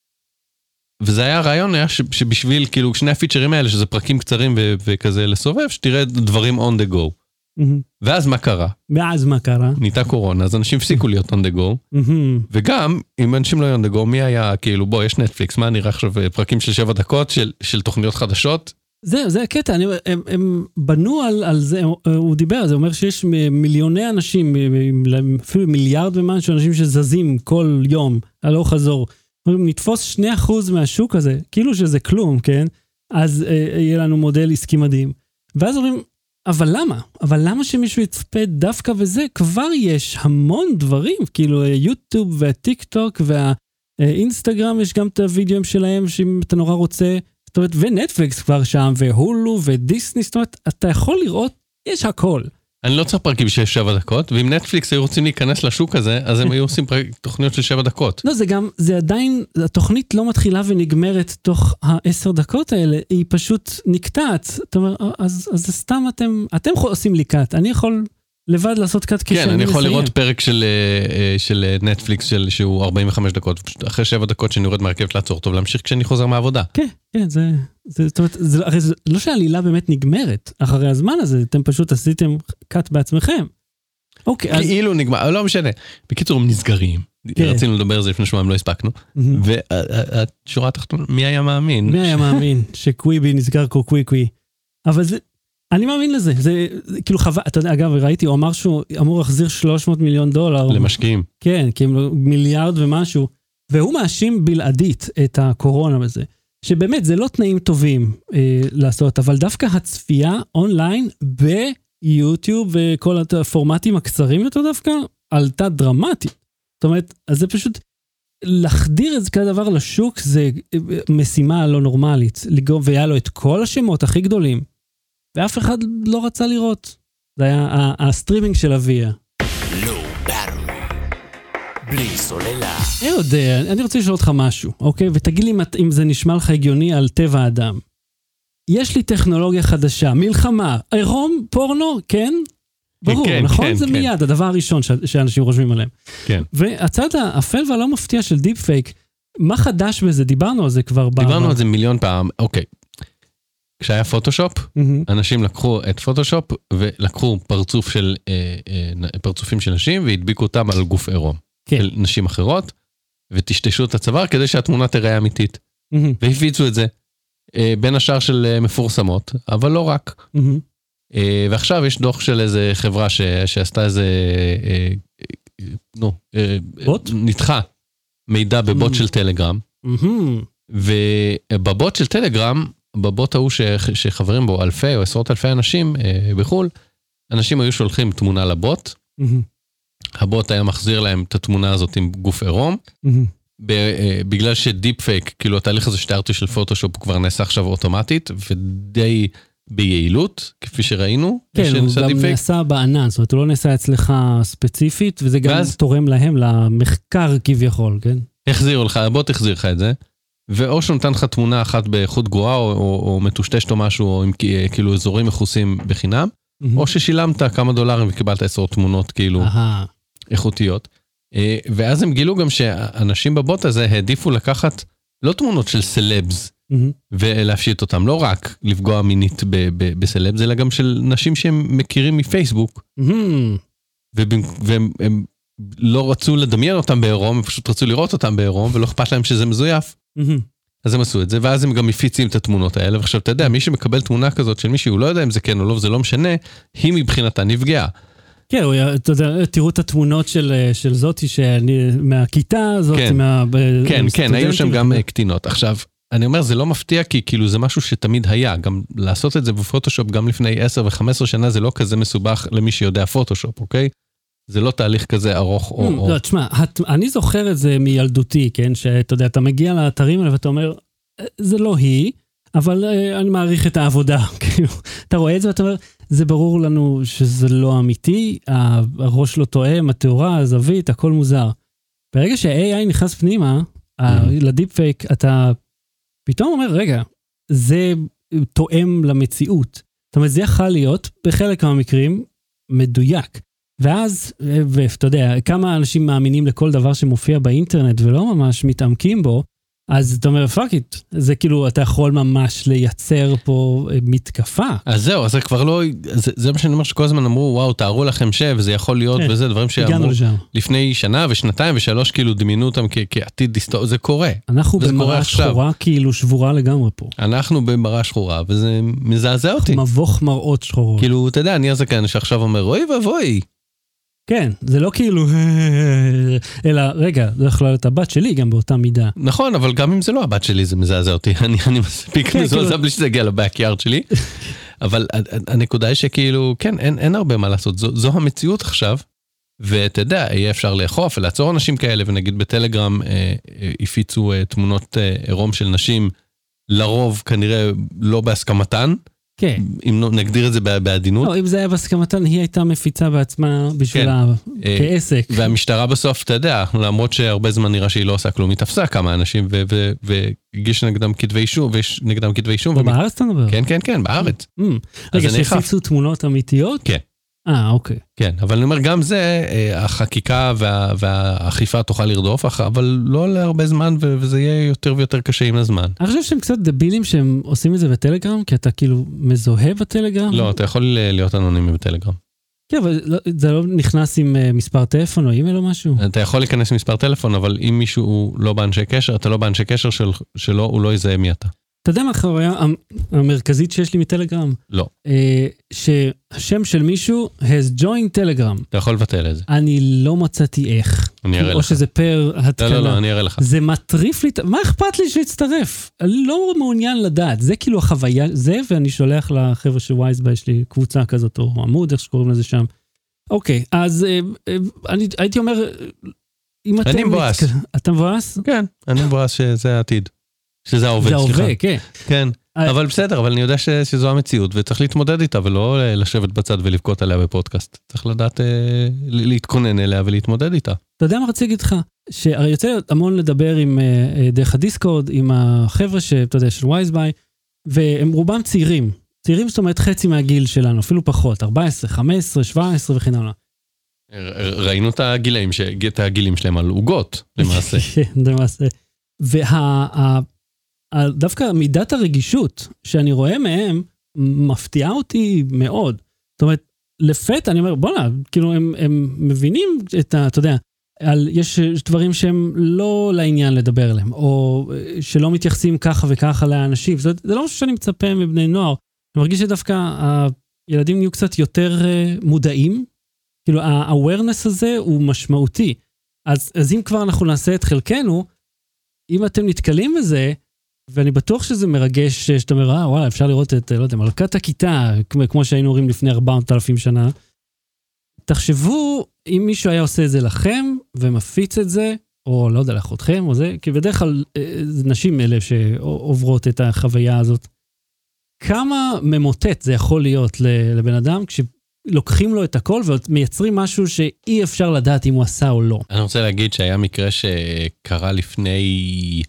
וזה היה הרעיון, היה שבשביל, כאילו, שני הפיצ'רים האלה, שזה פרקים קצרים וכזה לסובב, שתראה דברים on the go. ואז מה קרה? ואז מה קרה? נהייתה קורונה, אז אנשים הפסיקו להיות on the go. וגם, אם אנשים לא היו on the go, מי היה, כאילו, בוא, יש נטפליקס, מה נראה עכשיו פרקים של שבע דקות, של תוכניות חדשות? זהו, זה הקטע, הם בנו על זה, הוא דיבר, זה אומר שיש מיליוני אנשים, אפילו מיליארד ומשהו, אנשים שזזים כל יום, הלוך חזור. נתפוס שני אחוז מהשוק הזה, כאילו שזה כלום, כן? אז אה, יהיה לנו מודל עסקי מדהים. ואז אומרים, אבל למה? אבל למה שמישהו יצפה דווקא בזה? כבר יש המון דברים, כאילו יוטיוב והטיק טוק והאינסטגרם, יש גם את הוידאוים שלהם, שאם אתה נורא רוצה, זאת אומרת, ונטפליקס כבר שם, והולו ודיסני, זאת אומרת, אתה יכול לראות, יש הכל. אני לא צריך פרקים של שבע דקות, ואם נטפליקס היו רוצים להיכנס לשוק הזה, אז הם היו עושים תוכניות של שבע דקות. לא, זה גם, זה עדיין, התוכנית לא מתחילה ונגמרת תוך העשר דקות האלה, היא פשוט נקטעת. זאת אומרת, אז, אז סתם אתם, אתם עושים לי קאט, אני יכול לבד לעשות קאט כשאני מסיים. כן, אני יכול לראות פרק של, של נטפליקס של, שהוא ארבעים וחמש דקות, אחרי שבע דקות שאני יורד מהרכבת לעצור טוב, להמשיך כשאני חוזר מהעבודה. כן, כן, זה, זה, זאת אומרת, זה, הרי זה לא שהעלילה באמת נגמרת, אחרי הזמן הזה, אתם פשוט עשיתם קאט בעצמכם. אוקיי, אז... כאילו נגמר, לא משנה. בקיצור, הם נסגרים. כן. רצינו לדבר על זה לפני שבועיים, לא הספקנו. והשורה התחתונה, מי היה מאמין? מי היה מאמין שקוויבי נסגר כמו קוויקווי. אבל זה... אני מאמין לזה, זה כאילו חווה, אתה יודע, אגב, ראיתי, הוא אמר שהוא אמור להחזיר שלוש מאות מיליון דולר. למשקיעים. כן, כי הם מיליארד ומשהו, והוא מאשים בלעדית את הקורונה בזה, שבאמת זה לא תנאים טובים אה, לעשות, אבל דווקא הצפייה אונליין ביוטיוב וכל הפורמטים הקצרים יותר דווקא, עלתה דרמטית. זאת אומרת, אז זה פשוט, להחדיר את כזה דבר לשוק, זה משימה לא נורמלית, והיה לו את כל השמות הכי גדולים, ואף אחד לא רצה לראות. זה היה הסטרימינג של אביה. לא ברור. בלי סוללה. אהוד, אני רוצה לשאול אותך משהו, אוקיי? ותגיד לי אם זה נשמע לך הגיוני על טבע האדם. יש לי טכנולוגיה חדשה, מלחמה, עירום, פורנו, כן? ברור, כן, נכון? כן, זה כן. מיד, הדבר הראשון שאנשים חושבים עליהם. כן. והצד האפל והלא מפתיע של דיפ פייק, מה חדש בזה? דיברנו על זה כבר בעבר. דיברנו על זה מיליון פעם, אוקיי. כשהיה פוטושופ, אנשים לקחו את פוטושופ ולקחו פרצוף של, פרצופים של נשים והדביקו אותם על גוף עירום של נשים אחרות, וטשטשו את הצוואר כדי שהתמונה תראה אמיתית. והפיצו את זה בין השאר של מפורסמות, אבל לא רק. ועכשיו יש דוח של איזה חברה שעשתה איזה, נו, נתחה מידע בבוט של טלגרם, ובבוט של טלגרם, בבוט ההוא שחברים בו אלפי או עשרות אלפי אנשים בחול, אנשים היו שולחים תמונה לבוט, הבוט היה מחזיר להם את התמונה הזאת עם גוף עירום, בגלל שדיפ פייק, כאילו התהליך הזה שתיארתי של פוטושופ כבר נעשה עכשיו אוטומטית, ודי ביעילות, כפי שראינו. כן, הוא גם נעשה בענן, זאת אומרת, הוא לא נעשה אצלך ספציפית, וזה גם תורם להם למחקר כביכול, כן? החזירו לך, הבוט החזיר לך את זה, ואו שהוא נתן לך תמונה אחת באיכות גרועה, או, או, או מטושטשת או משהו, או עם כאילו אזורים מכוסים בחינם, mm-hmm. או ששילמת כמה דולרים וקיבלת עשרות תמונות כאילו Aha. איכותיות. ואז הם גילו גם שאנשים בבוט הזה העדיפו לקחת לא תמונות של סלבס, mm-hmm. ולהפשיט אותם, לא רק לפגוע מינית ב- ב- בסלבס, אלא גם של נשים שהם מכירים מפייסבוק, mm-hmm. והם, והם הם לא רצו לדמיין אותם בעירום, הם פשוט רצו לראות אותם בעירום, ולא אכפת להם שזה מזויף. אז הם עשו את זה, ואז הם גם מפיצים את התמונות האלה, ועכשיו אתה יודע, מי שמקבל תמונה כזאת של מישהו, הוא לא יודע אם זה כן או לא, וזה לא משנה, היא מבחינתה נפגעה. כן, אתה יודע, תראו את התמונות של זאתי, מהכיתה, זאתי מה... כן, כן, היו שם גם קטינות. עכשיו, אני אומר, זה לא מפתיע, כי כאילו זה משהו שתמיד היה. גם לעשות את זה בפוטושופ, גם לפני עשר וחמש עשרה שנה, זה לא כזה מסובך למי שיודע פוטושופ, אוקיי? זה לא תהליך כזה ארוך או... לא, תשמע, אני זוכר את זה מילדותי, כן? שאתה יודע, אתה מגיע לאתרים האלה ואתה אומר, זה לא היא, אבל אני מעריך את העבודה. אתה רואה את זה ואתה אומר, זה ברור לנו שזה לא אמיתי, הראש לא תואם, התאורה, הזווית, הכל מוזר. ברגע שה-איי איי נכנס פנימה, לדיפ פייק, אתה פתאום אומר, רגע, זה תואם למציאות. זאת אומרת, זה יכול להיות, בחלק מהמקרים, מדויק. ואז, ואתה יודע, כמה אנשים מאמינים לכל דבר שמופיע באינטרנט, ולא ממש מתעמקים בו, אז אתה אומר, פאק איט, זה כאילו, אתה יכול ממש לייצר פה מתקפה. אז זהו, אז זה כבר לא, זה, זה מה שאני אומר שכל הזמן אמרו, וואו, תארו לכם וזה יכול להיות, כן, וזה דברים שאמרו לפני שנה ושנתיים ושלוש, כאילו דמיינו אותם כ- כעתיד דיסטו, זה קורה. אנחנו במראה שחורה, כאילו שבורה לגמרי פה. אנחנו במראה שחורה, וזה מזעזע אותי. מבוך מראות שחורות. כאילו, אתה יודע, אני הזה כאן שעכשיו אומר, אוי ובוי. כן, זה לא כאילו, אלא, רגע, זה יכולה להיות הבת שלי גם באותה מידה. נכון, אבל גם אם זה לא הבת שלי, זה מזעזע אותי. אני, אני מספיק מזועזע בלי שזה יגיע לבאקיארד שלי. אבל הנקודה היא שכאילו, כן, אין, אין הרבה מה לעשות. זו, זו המציאות עכשיו, ואתה יודע, יהיה אפשר לאכוף ולעצור אנשים כאלה, ונגיד בטלגרם אה, הפיצו אה, תמונות אה, עירום של נשים, לרוב כנראה לא בהסכמתן, כן. אם נגדיר את זה בעדינות. לא, אם זה היה בהסכמתן, היא הייתה מפיצה בעצמה בשבילה כן. כעסק. והמשטרה בסוף, אתה יודע, למרות שהרבה זמן נראה שהיא לא עושה כלום, היא תפסה כמה אנשים, והגיש נגדם כתבי אישום, ויש נגדם כתבי אישום. ובארץ אתה מדבר? כן, כן, כן, בארץ. רגע, שהפיצו תמונות אמיתיות? כן. אה, אוקיי. כן, אבל אני אומר, גם זה, החקיקה וה, והאכיפה תוכל לרדוף, אבל לא להרבה זמן, וזה יהיה יותר ויותר קשה עם הזמן. אני חושב שהם קצת דבילים שהם עושים את זה בטלגרם, כי אתה כאילו מזוהה בטלגרם? לא, אתה יכול להיות אנונימי בטלגרם. כן, אבל זה לא נכנס עם מספר טלפון או אימייל או משהו? אתה יכול להיכנס עם מספר טלפון, אבל אם מישהו לא באנשי קשר, אתה לא באנשי קשר של, שלו, הוא לא יזהה מי אתה. אתה יודע מה החוויה המרכזית שיש לי מטלגרם? לא. שהשם של מישהו has joined טלגרם. אתה יכול לבטל את זה. אני לא מצאתי איך. אני אראה לך. או שזה פר התקנה. לא, לא, לא, אני אראה לך. זה מטריף לי, מה אכפת לי שיצטרף? אני לא מעוניין לדעת. זה כאילו החוויה, זה, ואני שולח לחבר'ה של וייזבה, יש לי קבוצה כזאת, או עמוד, איך שקוראים לזה שם. אוקיי, אז אני הייתי אומר, אני מבואס. אתה מבואס? כן, אני מבואס שזה העתיד. שזה העובד, סליחה. זה העובד, כן. כן, אבל בסדר, אבל אני יודע שזו המציאות, וצריך להתמודד איתה, ולא לשבת בצד ולבכות עליה בפודקאסט. צריך לדעת להתכונן אליה ולהתמודד איתה. אתה יודע מה רציתי להגיד לך? שיוצא המון לדבר עם דרך הדיסקורד, עם החבר'ה שאתה יודע, של וייזביי, והם רובם צעירים. צעירים זאת אומרת חצי מהגיל שלנו, אפילו פחות, ארבע עשרה, חמש עשרה, שבע עשרה וכן הלאה. ראינו את הגילאים, את הגילים שלהם על עוגות, למעשה. כן, למעשה. וה... דווקא מידת הרגישות שאני רואה מהם מפתיעה אותי מאוד. זאת אומרת, לפת אני אומר, בוא נה, כאילו הם, הם מבינים את ה, אתה יודע, על, יש דברים שהם לא לעניין לדבר עליהם, או שלא מתייחסים ככה וככה לאנשים. זה, זה לא משהו שאני מצפה מבני נוער. אני מרגיש שדווקא הילדים נהיו קצת יותר מודעים, כאילו ה-awareness הזה הוא משמעותי. אז, אז אם כבר אנחנו נעשה את חלקנו, אם אתם נתקלים בזה, ואני בטוח שזה מרגש, שאתה אומר, אה, וואלה, אפשר לראות את, לא יודע, מלכת הכיתה, כמו שהיינו אומרים לפני ארבעת אלפים שנה. תחשבו, אם מישהו היה עושה את זה לכם, ומפיץ את זה, או לא יודע, לאחותכם, או זה, כי בדרך כלל, נשים אלה שעוברות את החוויה הזאת, כמה ממוטט זה יכול להיות לבן אדם, כשלוקחים לו את הכל, ומייצרים משהו שאי אפשר לדעת אם הוא עשה או לא. אני רוצה להגיד שהיה מקרה שקרה לפני...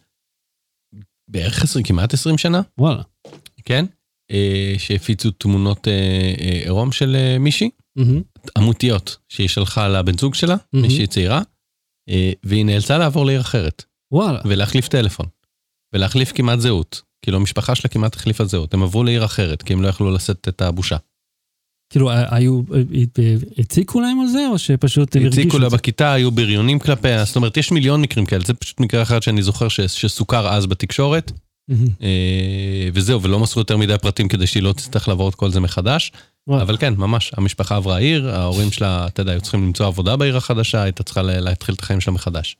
בערך עשרים, כמעט עשרים שנה. וואלה. כן? שהפיצו תמונות עירום של מישהי, עמותיות, שהיא שלחה לבן זוג שלה, מישהי צעירה, והיא נאלצה לעבור לעיר אחרת. וואלה. ולהחליף טלפון. ולהחליף כמעט זהות. כאילו המשפחה שלה כמעט החליפה זהות. הם עברו לעיר אחרת, כי הם לא יכלו לשאת את הבושה. כאילו, היו, הציקו להם על זה, או שפשוט הם הרגישו? הציקו לה בכיתה, היו בריונים כלפיה, זאת אומרת, יש מיליון מקרים כאלה, זה פשוט מקרה אחד שאני זוכר שסוכר אז בתקשורת, וזהו, ולא מסרו יותר מדי פרטים כדי שהיא לא תצטרך לעבור את כל זה מחדש, אבל כן, ממש, המשפחה עברה עיר, ההורים שלה, אתה יודע, היו צריכים למצוא עבודה בעיר החדשה, הייתה צריכה להתחיל את החיים שלה מחדש.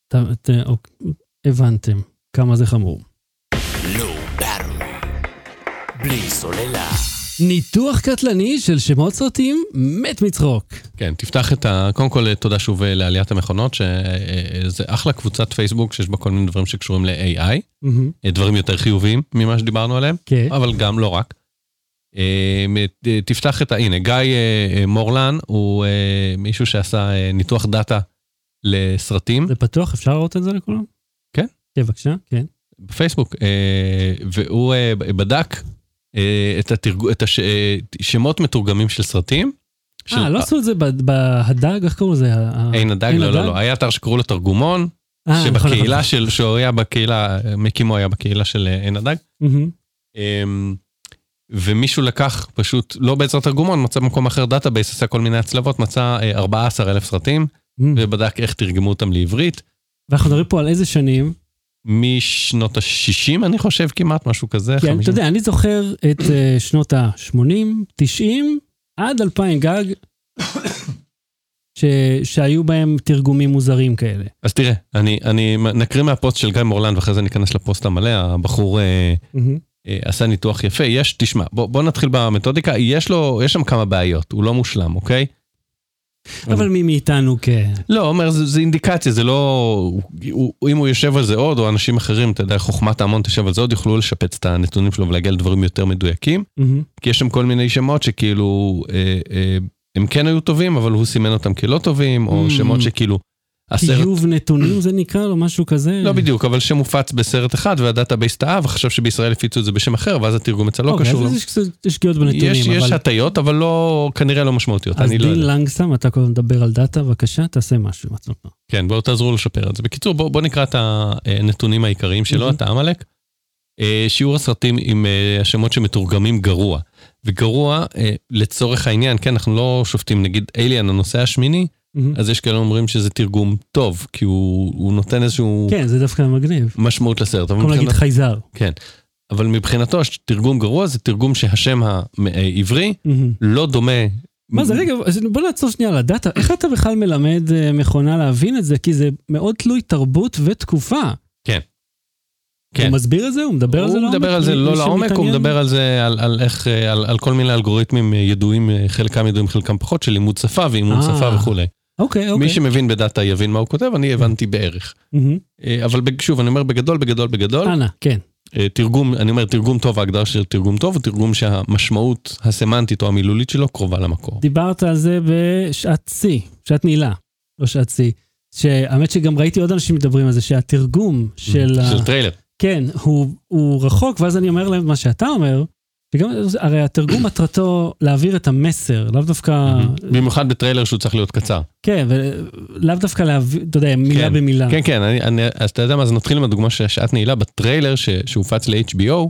הבנתם כמה זה חמור. לא ברור. בלי סוללה. ניתוח קטלני של שמות סרטים מת מצחוק. כן, תפתח את ה... קודם כל, תודה שוב לעליית המכונות, שזה אחלה קבוצת פייסבוק, שיש בה כל מיני דברים שקשורים ל-איי איי, דברים יותר חיוביים ממה שדיברנו עליהם, אבל גם לא רק. תפתח את ה... הנה, גיא מורלן, הוא מישהו שעשה ניתוח דאטה לסרטים. זה פתוח, אפשר לראות את זה לכולם? כן. כן, בבקשה, כן. בפייסבוק, והוא בדק את, התרג... את השמות מתורגמים של סרטים. אה, של... לא עשו את זה בהדג, איך קראו לזה? אין הדג, לא, לא, לא. היה אתר שקראו לו תרגומון, שבקהילה של, שהוא היה בקהילה, מקימו היה בקהילה של אין הדג. ומישהו לקח פשוט, לא בעזרת תרגומון, מצא במקום אחר דאטאבייס, עשה כל מיני הצלבות, מצא ארבעה עשר אלף סרטים, ובדק איך תרגמו אותם לעברית. ואנחנו מדברים פה על איזה שנים? משנות ה-שישים, אני חושב, כמעט, משהו כזה. כן, אתה יודע, אני זוכר את שנות ה-שמונים, תשעים, עד אלפיים גג, שהיו בהם תרגומים מוזרים כאלה. אז תראה, אני נקריא מהפוסט של גיא מורלן, ואחרי זה ניכנס לפוסט המלא, הבחור עשה ניתוח יפה. יש, תשמע, בוא נתחיל במתודיקה, יש לו, יש שם כמה בעיות, הוא לא מושלם, אוקיי? אבל מי מאיתנו כן. לא, אומר, זה אינדיקציה, זה לא... אם הוא יושב על זה עוד, או אנשים אחרים, אתה יודע, חוכמת ההמון תשב על זה עוד, יוכלו לשפץ את הנתונים שלו ולהגיע לדברים יותר מדויקים, כי יש שם כל מיני שמות שכאילו, הם כן היו טובים, אבל הוא סימן אותם כלא טובים, או שמות שכאילו... טיוב נתונים זה נקרא לו משהו כזה? לא בדיוק, אבל שמופץ בסרט אחד, והדאטאבייס טעה, וחשב שבישראל הפיצו את זה בשם אחר, ואז התרגום אצל לא קשור. אוקיי, אז יש שגיאות בנתונים. יש הטיות, אבל כנראה לא משמעותיות. אז דין לנגסם, אתה כבר מדבר על דאטה, בבקשה, תעשה משהו. כן, בואו תעזרו לשפר את זה. בקיצור, בואו נקרא את הנתונים העיקריים שלו, אתה עמלק. שיעור הסרטים עם השמות שמתורגמים גרוע. וגרוע, לצורך העניין, כן, אנחנו לא שופטים, נגיד, אליאן, הנושא השמיני, אז יש כאלה אומרים שזה תרגום טוב, כי הוא, הוא נותן איזשהו... כן, זה דווקא מגניב. משמעות לסרט. כמו להגיד חייזר. כן. אבל מבחינתו, תרגום גרוע זה תרגום שהשם העברי לא דומה... מה זה, רגע, בוא נעצור שנייה על הדאטה. איך אתה בכלל מלמד מכונה להבין את זה? כי זה מאוד תלוי תרבות ותקופה. כן. הוא מסביר את זה? הוא מדבר על זה לעומק? הוא מדבר על זה לא לעומק, הוא מדבר על זה, על איך, על כל מיני אלגוריתמים ידועים, חלקם ידועים, חלקם פחות, של לימוד שפה ואימון שפה וכו'. אוקיי, אוקיי. מי שמבין בדאטה יבין מה הוא כותב, אני הבנתי בערך. אבל שוב, אני אומר בגדול, בגדול, בגדול. אנא, כן. תרגום, אני אומר, תרגום טוב, ההגדרה של תרגום טוב, הוא תרגום שהמשמעות הסמנטית או המילולית שלו קרובה למקור. דיברת על זה בשעת צי, שעת נעילה, לא שעת צי. שהאמת שגם ראיתי עוד אנשים מדברים על זה, שהתרגום של... של טריילר. כן, הוא, הוא רחוק, ואז אני אומר להם מה שאתה אומר, וגם, הרי התרגום מטרתו להעביר את המסר, לאו דווקא... במיוחד בטריילר שהוא צריך להיות קצר. כן, ולאו דווקא להעביר, אתה יודע, מילה במילה. כן, כן, אני, אני, אז אתה יודע מה, אז נתחיל עם הדוגמה של שעת נעילה בטריילר שהופץ ל-אייץ' בי או.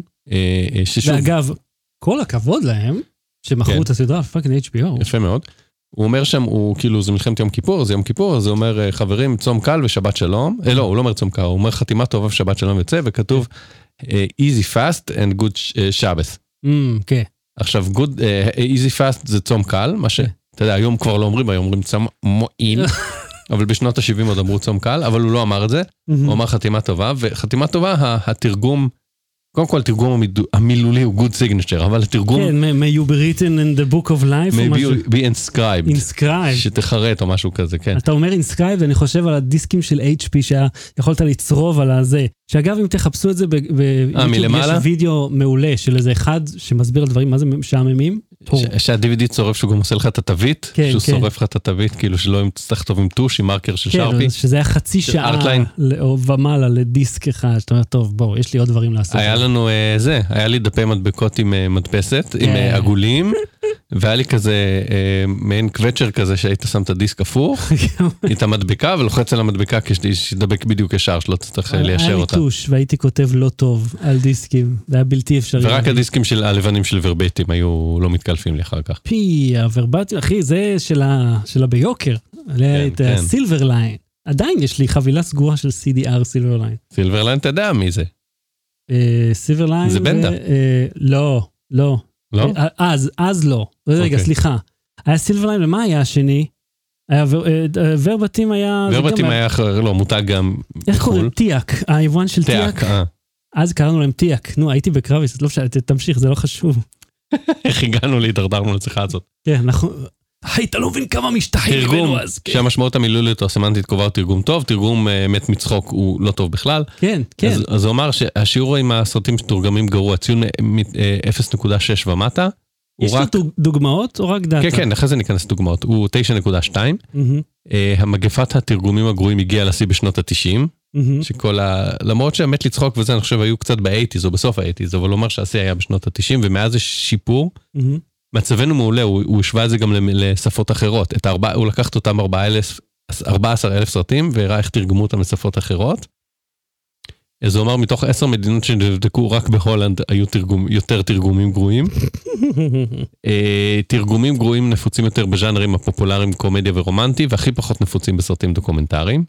ואגב, כל הכבוד להם, שמכרו את הסדרה, פאקינג אייץ' בי או. יפה מאוד. הוא אומר שם, הוא כאילו, זה מלחמת יום כיפור, זה יום כיפור, זה אומר, חברים, צום קל ושבת שלום. לא, הוא לא אומר צום קל, הוא אומר חתימה טובה ושבת שלום יוצא, וכתוב, easy fast and good Shabbos. כן. עכשיו, good, easy fast זה צום קל, מה ש, אתה יודע, היום כבר לא אומרים, היום אומרים צום מועיל, אבל בשנות ה-שבעים עוד אמרו צום קל, אבל הוא לא אמר את זה, הוא אמר חתימה טובה, וחתימה טובה, התרגום, קודם כל, התרגום המילולי הוא good signature, אבל התרגום... כן, may you be written in the book of life, may you be inscribed. inscribed. שתחרט או משהו כזה, כן. אתה אומר inscribed, ואני חושב על הדיסקים של אייץ' פי, שיכולת לצרוב על הזה. שאגב, אם תחפשו את זה ביוטיוב, יש וידאו מעולה של איזה אחד שמסביר על דברים, מה זה משעממים? שה-די וי די צורף שהוא גם עושה לך את התווית, שהוא שורף לך את התווית, כאילו שלא צריך טוב עם טוש, עם מרקר של שרפי. כן, שזה היה חצי שעה ומעלה לדיסק אחד, שאתה אומר, טוב, בוא, יש לי עוד דברים לעשות. היה לנו זה, היה לי דפי מדבקות עם מדפסת, עם עגולים, והיה לי כזה, מעין קווצ'ר כזה, שהיית שם את הדיסק הפוך, את המדבקה, ולוחץ על המדבקה כשתדבק בדיוק ישר, שלא תצטרך ליישר אותה. היה לי טוש, והייתי כותב לא טוב על דיסקים, זה היה בלתי אפשרי. ורק הדיסקים של הלבנים של ורבטים היו לא מתקלפים לי אחר כך. פי, הוורבטים, אחי, זה שלה ביוקר, את הסילברליין. עדיין יש לי חבילה סגורה של סי די אר סילברליין. סילברליין, אתה יודע מי זה? סילברליין? זה בנדה. לא, לא. לא? אז, אז לא. רגע, סליחה. היה סילברליין, ומה היה השני? ורבטים היה... ורבטים היה אחר, לא, מותג גם... איך קוראים? טיאק, היבואן של טיאק. טיאק, אה. אז קראנו להם טיאק. נו, הייתי בקרביס, לא משנה, תמשיך, זה לא חשוב. איך הגענו להתדרדרנו לשיחה הזאת? כן, אנחנו... היית לא מבין כמה משטחים תרגום, שהמשמעות המילולית או הסמנטית קובעת תרגום טוב, תרגום מת מצחוק הוא לא טוב בכלל. כן, כן. אז הוא אמר שהשיעור עם הסרטים שתורגמים גרוע, ציון אפס נקודה שש ומטה, יש לו דוגמאות או רק דאטה? כן, כן, אחרי זה ניכנס דוגמאות. הוא תשע נקודה שתיים. המגפת התרגומים הגרועים הגיעה לשיא בשנות ה-תשעים, שכל ה... למרות שהמת לצחוק וזה, אני חושב, היו קצת ב-שמונים או בסוף ה-שמונים, אבל הוא אומר שהשיא היה בשנות ה-תשעים, ומאז זה שיפור. מצבנו מעולה, הוא השווה את זה גם לשפות אחרות. הוא לקח את אותם ארבעה עשר אלף סרטים, והראה איך תרגמו אותם לשפות אחרות. אז הוא אמר, מתוך עשר מדינות שנבדקו, רק בהולנד היו יותר תרגומים גרועים. תרגומים גרועים נפוצים יותר בז'אנרים הפופולריים, קומדיה ורומנטי, והכי פחות נפוצים בסרטים דוקומנטריים.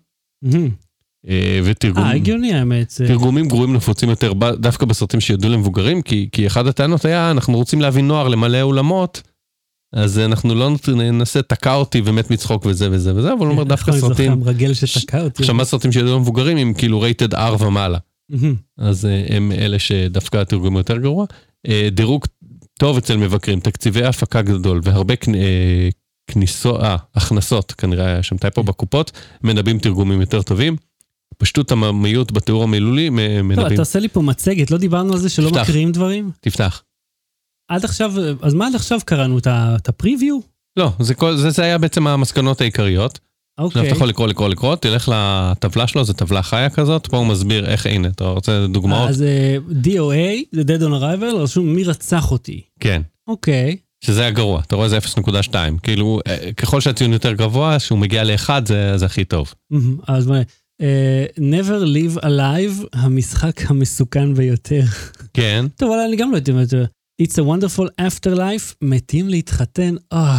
אה, הגיוני האמת. תרגומים גרועים נפוצים יותר דווקא בסרטים שידעו למבוגרים, כי אחד הטענות היה, אנחנו רוצים להביא נוער למלא אולמות, אז אנחנו לא ננסה תקע אותי ומת מצחוק וזה וזה וזה, אבל הוא אומר דווקא סרטים... עכשיו מה סרטים שידעו למבוגרים עם כאילו רייטד אר ומעלה. אז הם אלה שדווקא התרגום יותר גרוע. דירוג טוב אצל מבקרים, תקציבי הפקה גדול והרבה כניסות, אה, הכנסות, כנראה שם טייפו בקופות, מנבאים תרגומים יותר טובים. פשטות הממיות בתיאור המילולי מנבאים... טוב, אתה עושה לי פה מצגת, לא דיברנו על זה שלא מקריאים דברים? תפתח. עד עכשיו, אז מה עד עכשיו קראנו? את הפריוויו? לא, זה היה בעצם המסקנות העיקריות. אוקיי. אתה יכול לקרוא, לקרוא, לקרוא, תלך לטבלה שלו, זו טבלה חיה כזאת, פה הוא מסביר איך, הנה, אתה רוצה דוגמאות? אז די או איי, זה Dead on Arrival, רשום מי רצח אותי. כן. אוקיי. שזה היה גרוע, אתה רואה זה אפס נקודה שתיים, כאילו, ככל שהציון יותר גבוה, שהוא מגיע לאחד, זה הכי טוב. אז מה, Never Live Alive, המשחק המסוכן ביותר. כן. טוב, אבל אני גם לא יודעת, It's a Wonderful Afterlife, מתים להתחתן,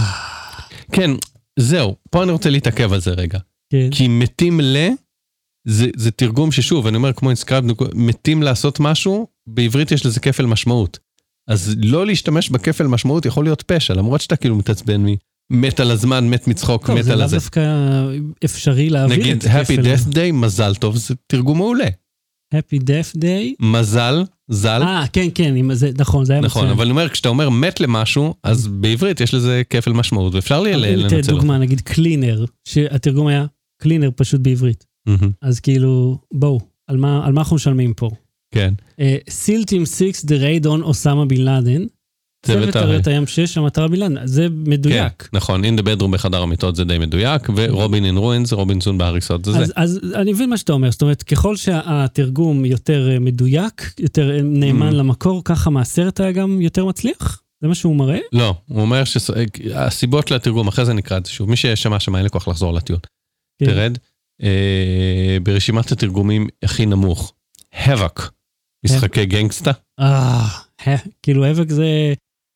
כן, זהו, פה אני רוצה להתעכב על זה רגע. כן. כי מתים ל... זה, זה תרגום ששוב, אני אומר כמו אינסקרייב, מתים לעשות משהו, בעברית יש לזה כפל משמעות. אז לא להשתמש בכפל משמעות יכול להיות פשע, למרות שאתה כאילו מתעצבן מי, מת על הזמן, מת מצחוק, טוב, מת על הזה. זה לא דווקא אפשרי להעביר נגיד, את כפל. Happy Death Day, מזל טוב, זה תרגום מעולה. Happy Death Day. מזל, זל. אה, כן, כן, זה, נכון, זה היה נכון, מצוין. אבל אני אומר, כשאתה אומר מת למשהו, אז בעברית יש לזה כפל משמעות, ואפשר לי לנצל אותו. דוגמה, נגיד קלינר, שהתרגום היה קלינר פשוט בעברית. אז כאילו, בואו, על מה, על מה אנחנו משלמים פה? כן. סיל טים סיקס, The Raid on אוסמה בן לאדן. צוות הרי הים שש, המטרה בן לאדן. זה מדויק. כן, נכון, In the Bedroom בחדר המיטות זה די מדויק, ורובין אין רואינס, רובינסון בהריסות, זה אז, זה. אז אני מבין מה שאתה אומר, זאת אומרת, ככל שהתרגום יותר מדויק, יותר נאמן למקור, ככה מהסרט היה גם יותר מצליח? זה מה שהוא מראה? לא, הוא אומר שהסיבות לתרגום, אחרי זה נקרא את זה שוב, מי ששמע שמה, אין לי כוח לחזור לטיון. תרד, ברשימת התרגומים הכי נמוך, Havoc. משחקי גנגסטה? אה, כאילו האבק זה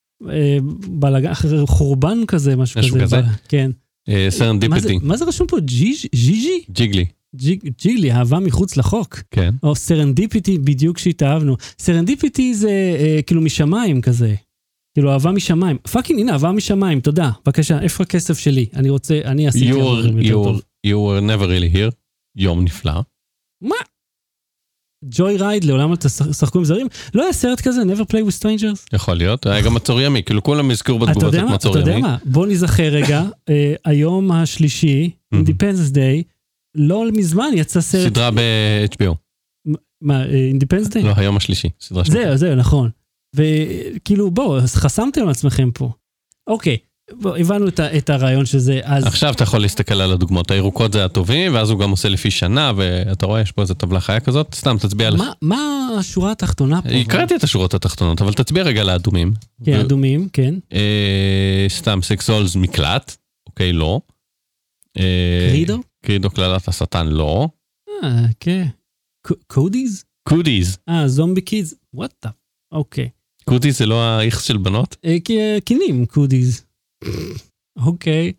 בלגן, חורבן כזה, משהו כזה. משהו כזה? כן. סרנדיפיטי. מה זה רשום פה? ג'יג'י? ג'יגלי. ג'יגלי, אהבה מחוץ לחוק. כן. או סרנדיפיטי, בדיוק שהתאהבנו. סרנדיפיטי זה כאילו משמיים כזה. כאילו אהבה משמיים. פאקינג, הנה, אהבה משמיים, תודה. בבקשה, איפה הכסף שלי? אני רוצה, אני עשיתי דברים יותר טוב. You were never really here. יום נפלא. מה? ג'וי רייד, לעולם אל תשחקו עם זרים, לא היה סרט כזה, never play with strangers? יכול להיות, היה גם מצור ימי, כאילו כולם הזכירו בתגובות את מצור ימי. אתה יודע מה, בוא נזכר רגע, היום השלישי, Independence Day, לא מזמן יצא סרט... סדרה ב-אייץ' בי או. מה, Independence Day? לא, היום השלישי, סדרה שלישי. זהו, זהו, נכון. וכאילו, בואו, אז חסמתם לעצמכם פה. אוקיי. בוא, הבנו את, את הרעיון שזה, אז... עכשיו אתה יכול להסתכל על הדוגמאות, הירוקות זה הטובים, ואז הוא גם עושה לפי שנה, ואתה רואה, יש פה איזו טבלה חיה כזאת, סתם תצביע לך. מה, מה השורה התחתונה פה? הקראתי את השורות התחתונות, אבל תצביע רגע לאדומים. כן, ו... אדומים, כן. אה, סתם, סקסולס מקלט, אוקיי, לא. אה, קרידו? קרידו כללת השטן, לא. אה, כן. קודיז? קודיז. אה, זומבי קידס, וואט דה, אוקיי. קודיז זה לא האיכס של בנות? אה, קינים, קודיז. אוקיי.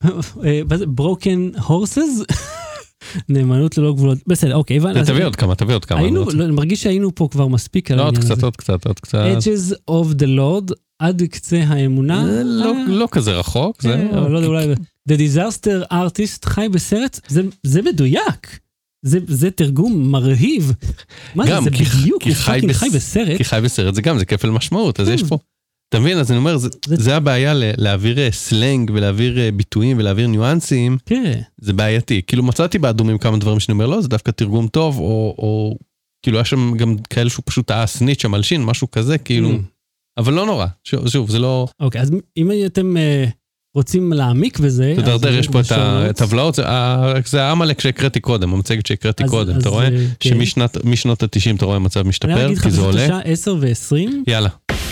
ברוקן הורסס? נאמנות ללא גבולות. בסדר, אוקיי. תביא עוד כמה, תביא עוד כמה. אני מרגיש שהיינו פה כבר מספיק. לא, עוד קצת, עוד קצת, עוד קצת. Edges of the Lord, עד קצה האמונה. לא כזה רחוק. אבל לא יודע, אולי... The Disaster Artist חי בסרט, זה מדויק. זה תרגום מרהיב. מה זה, זה בדיוק, הוא פאקינג חי בסרט. כי חי בסרט זה גם, זה כפל משמעות, אז יש פה... אתה מבין, אז אני אומר, זה הבעיה להעביר סלנג ולהעביר ביטויים ולהעביר ניואנסים, זה בעייתי. כאילו מצאתי באדומים כמה דברים שאני אומר, לא, זה דווקא תרגום טוב, או כאילו היה שם גם כאלה שהוא פשוט היה סניץ' המלשין, משהו כזה, כאילו, אבל לא נורא, שוב, זה לא... אוקיי, אז אם אתם רוצים להעמיק בזה... תדרדר, יש פה את הטבלאות, זה העמלק שהקראתי קודם, המצגת שהקראתי קודם, אתה רואה? שמשנות ה-תשעים אתה רואה מצב משתפר, כי זה עולה. אני אגיד לך, עשר ועשרים. יאללה.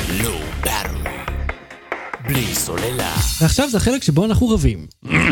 בלי סוללה. ועכשיו זה החלק שבו אנחנו רבים.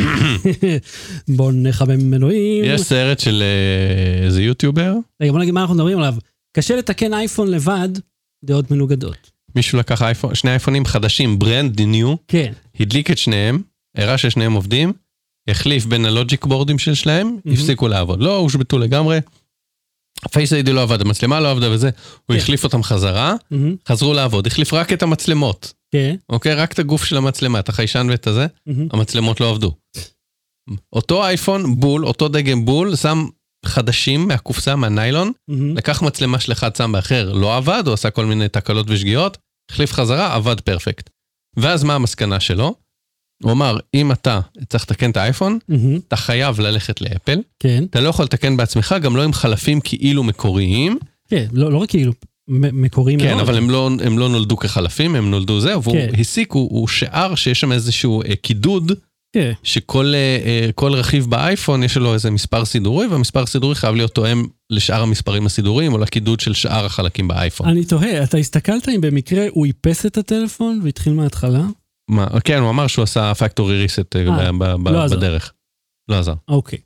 בואו נחמם מנועים. יש סרט של איזה יוטיובר. רגע, בוא נגיד מה אנחנו מדברים עליו. קשה לתקן אייפון לבד, דעות מנוגדות. מישהו לקח אייפון, שני אייפונים חדשים, ברנד ניו. כן. הדליק את שניהם, הראה ששניהם עובדים, החליף בין הלוג'יק בורדים של שלהם, הפסיקו לעבוד. לא, הושבתו לגמרי. הפייס איי די לא עבד, המצלמה לא עבדה וזה. הוא החליף אותם חזרה, חזרו לעבוד. החליף רק את המצלמות. כן. אוקיי, רק את הגוף של המצלמה, את החיישן ואת הזה, המצלמות לא עבדו. אותו אייפון בול, אותו דגם בול, שם חדשים מהקופסה, מהניילון, לקח מצלמה של אחד, שם באחר, לא עבד, הוא עשה כל מיני תקלות ושגיאות, החליף חזרה, עבד פרפקט. ואז מה המסקנה שלו? הוא אמר, אם אתה צריך לתקן את האייפון, אתה חייב ללכת לאפל, אתה לא יכול לתקן בעצמך, גם לא עם חלפים כאילו מקוריים. כן, לא רק כאילו מקוריים מאוד. כן, אבל הם לא נולדו כחלפים, הם נולדו זה, והוא הסיק, הוא שער שיש שם איזשהו קידוד, שכל רכיב באייפון יש לו איזה מספר סידורי, והמספר סידורי חייב להיות תואם לשאר המספרים הסידוריים, או לקידוד של שאר החלקים באייפון. אני תוהה, אתה הסתכלת אם במקרה הוא איפס את הטלפון והתחיל מההתחלה? כן, הוא אמר שהוא עשה פקטורי ריסט בדרך. לא עזר. אוקיי.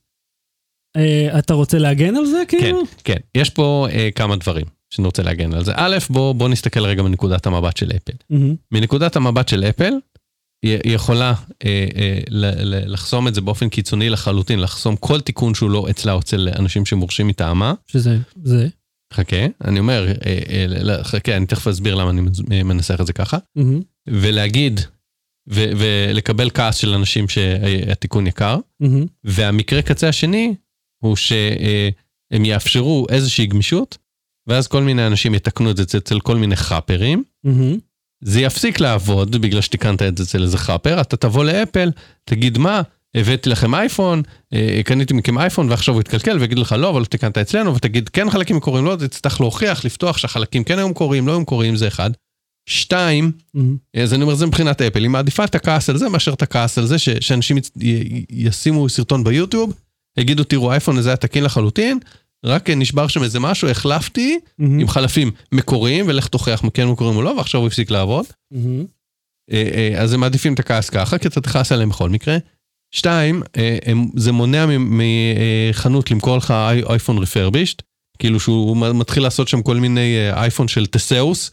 אתה רוצה להגן על זה? כן, כן. יש פה כמה דברים שאני רוצה להגן על זה. א', בוא נסתכל רגע מנקודת המבט של אפל. מנקודת המבט של אפל, היא יכולה לחסום את זה באופן קיצוני לחלוטין, לחסום כל תיקון שהוא לא אצלה או אצל אנשים שמורשים מטעמה. שזה, זה. חכה, אני אומר, חכה, אני תכף אסביר למה אני מנסח את זה ככה. ולהגיד, ולקבל כעס של אנשים שהתיקון יקר. והמקרה קצה השני, הוא שהם יאפשרו איזושהי גמישות, ואז כל מיני אנשים יתקנו את זה אצל כל מיני חאפרים. זה יפסיק לעבוד בגלל שתיקנת את זה אצל איזה חאפר, אתה תבוא לאפל, תגיד מה, הבאתי לכם אייפון, קניתי מכם אייפון, ועכשיו הוא יתקלקל ויגיד לך לא, אבל לא תיקנת אצלנו, ותגיד כן חלקים מקוריים, לא, תצטרך להוכיח, לפתוח שהחלקים כן היו מקוריים, לא היו מקוריים, זה אחד. שתיים, אז אני אומר, זה מבחינת אפל, היא מעדיפה את הכעס על זה, מאשר את הכעס על זה, שאנשים ישימו סרטון ביוטיוב, יגידו, תראו, האייפון הזה היה תקין לחלוטין, רק נשבר שם איזה משהו, החלפתי עם חלפים מקוריים, ולך תוכיח מכן מקוריים או לא, ועכשיו הוא הפסיק לעבוד. אז הם מעדיפים את הכעס ככה, כי אתה תכעס עליהם בכל מקרה. שתיים, זה מונע מחנות למכור לך אייפון רפרבישט, כאילו שהוא מתחיל לעשות שם כל מיני אייפון של תסאוס,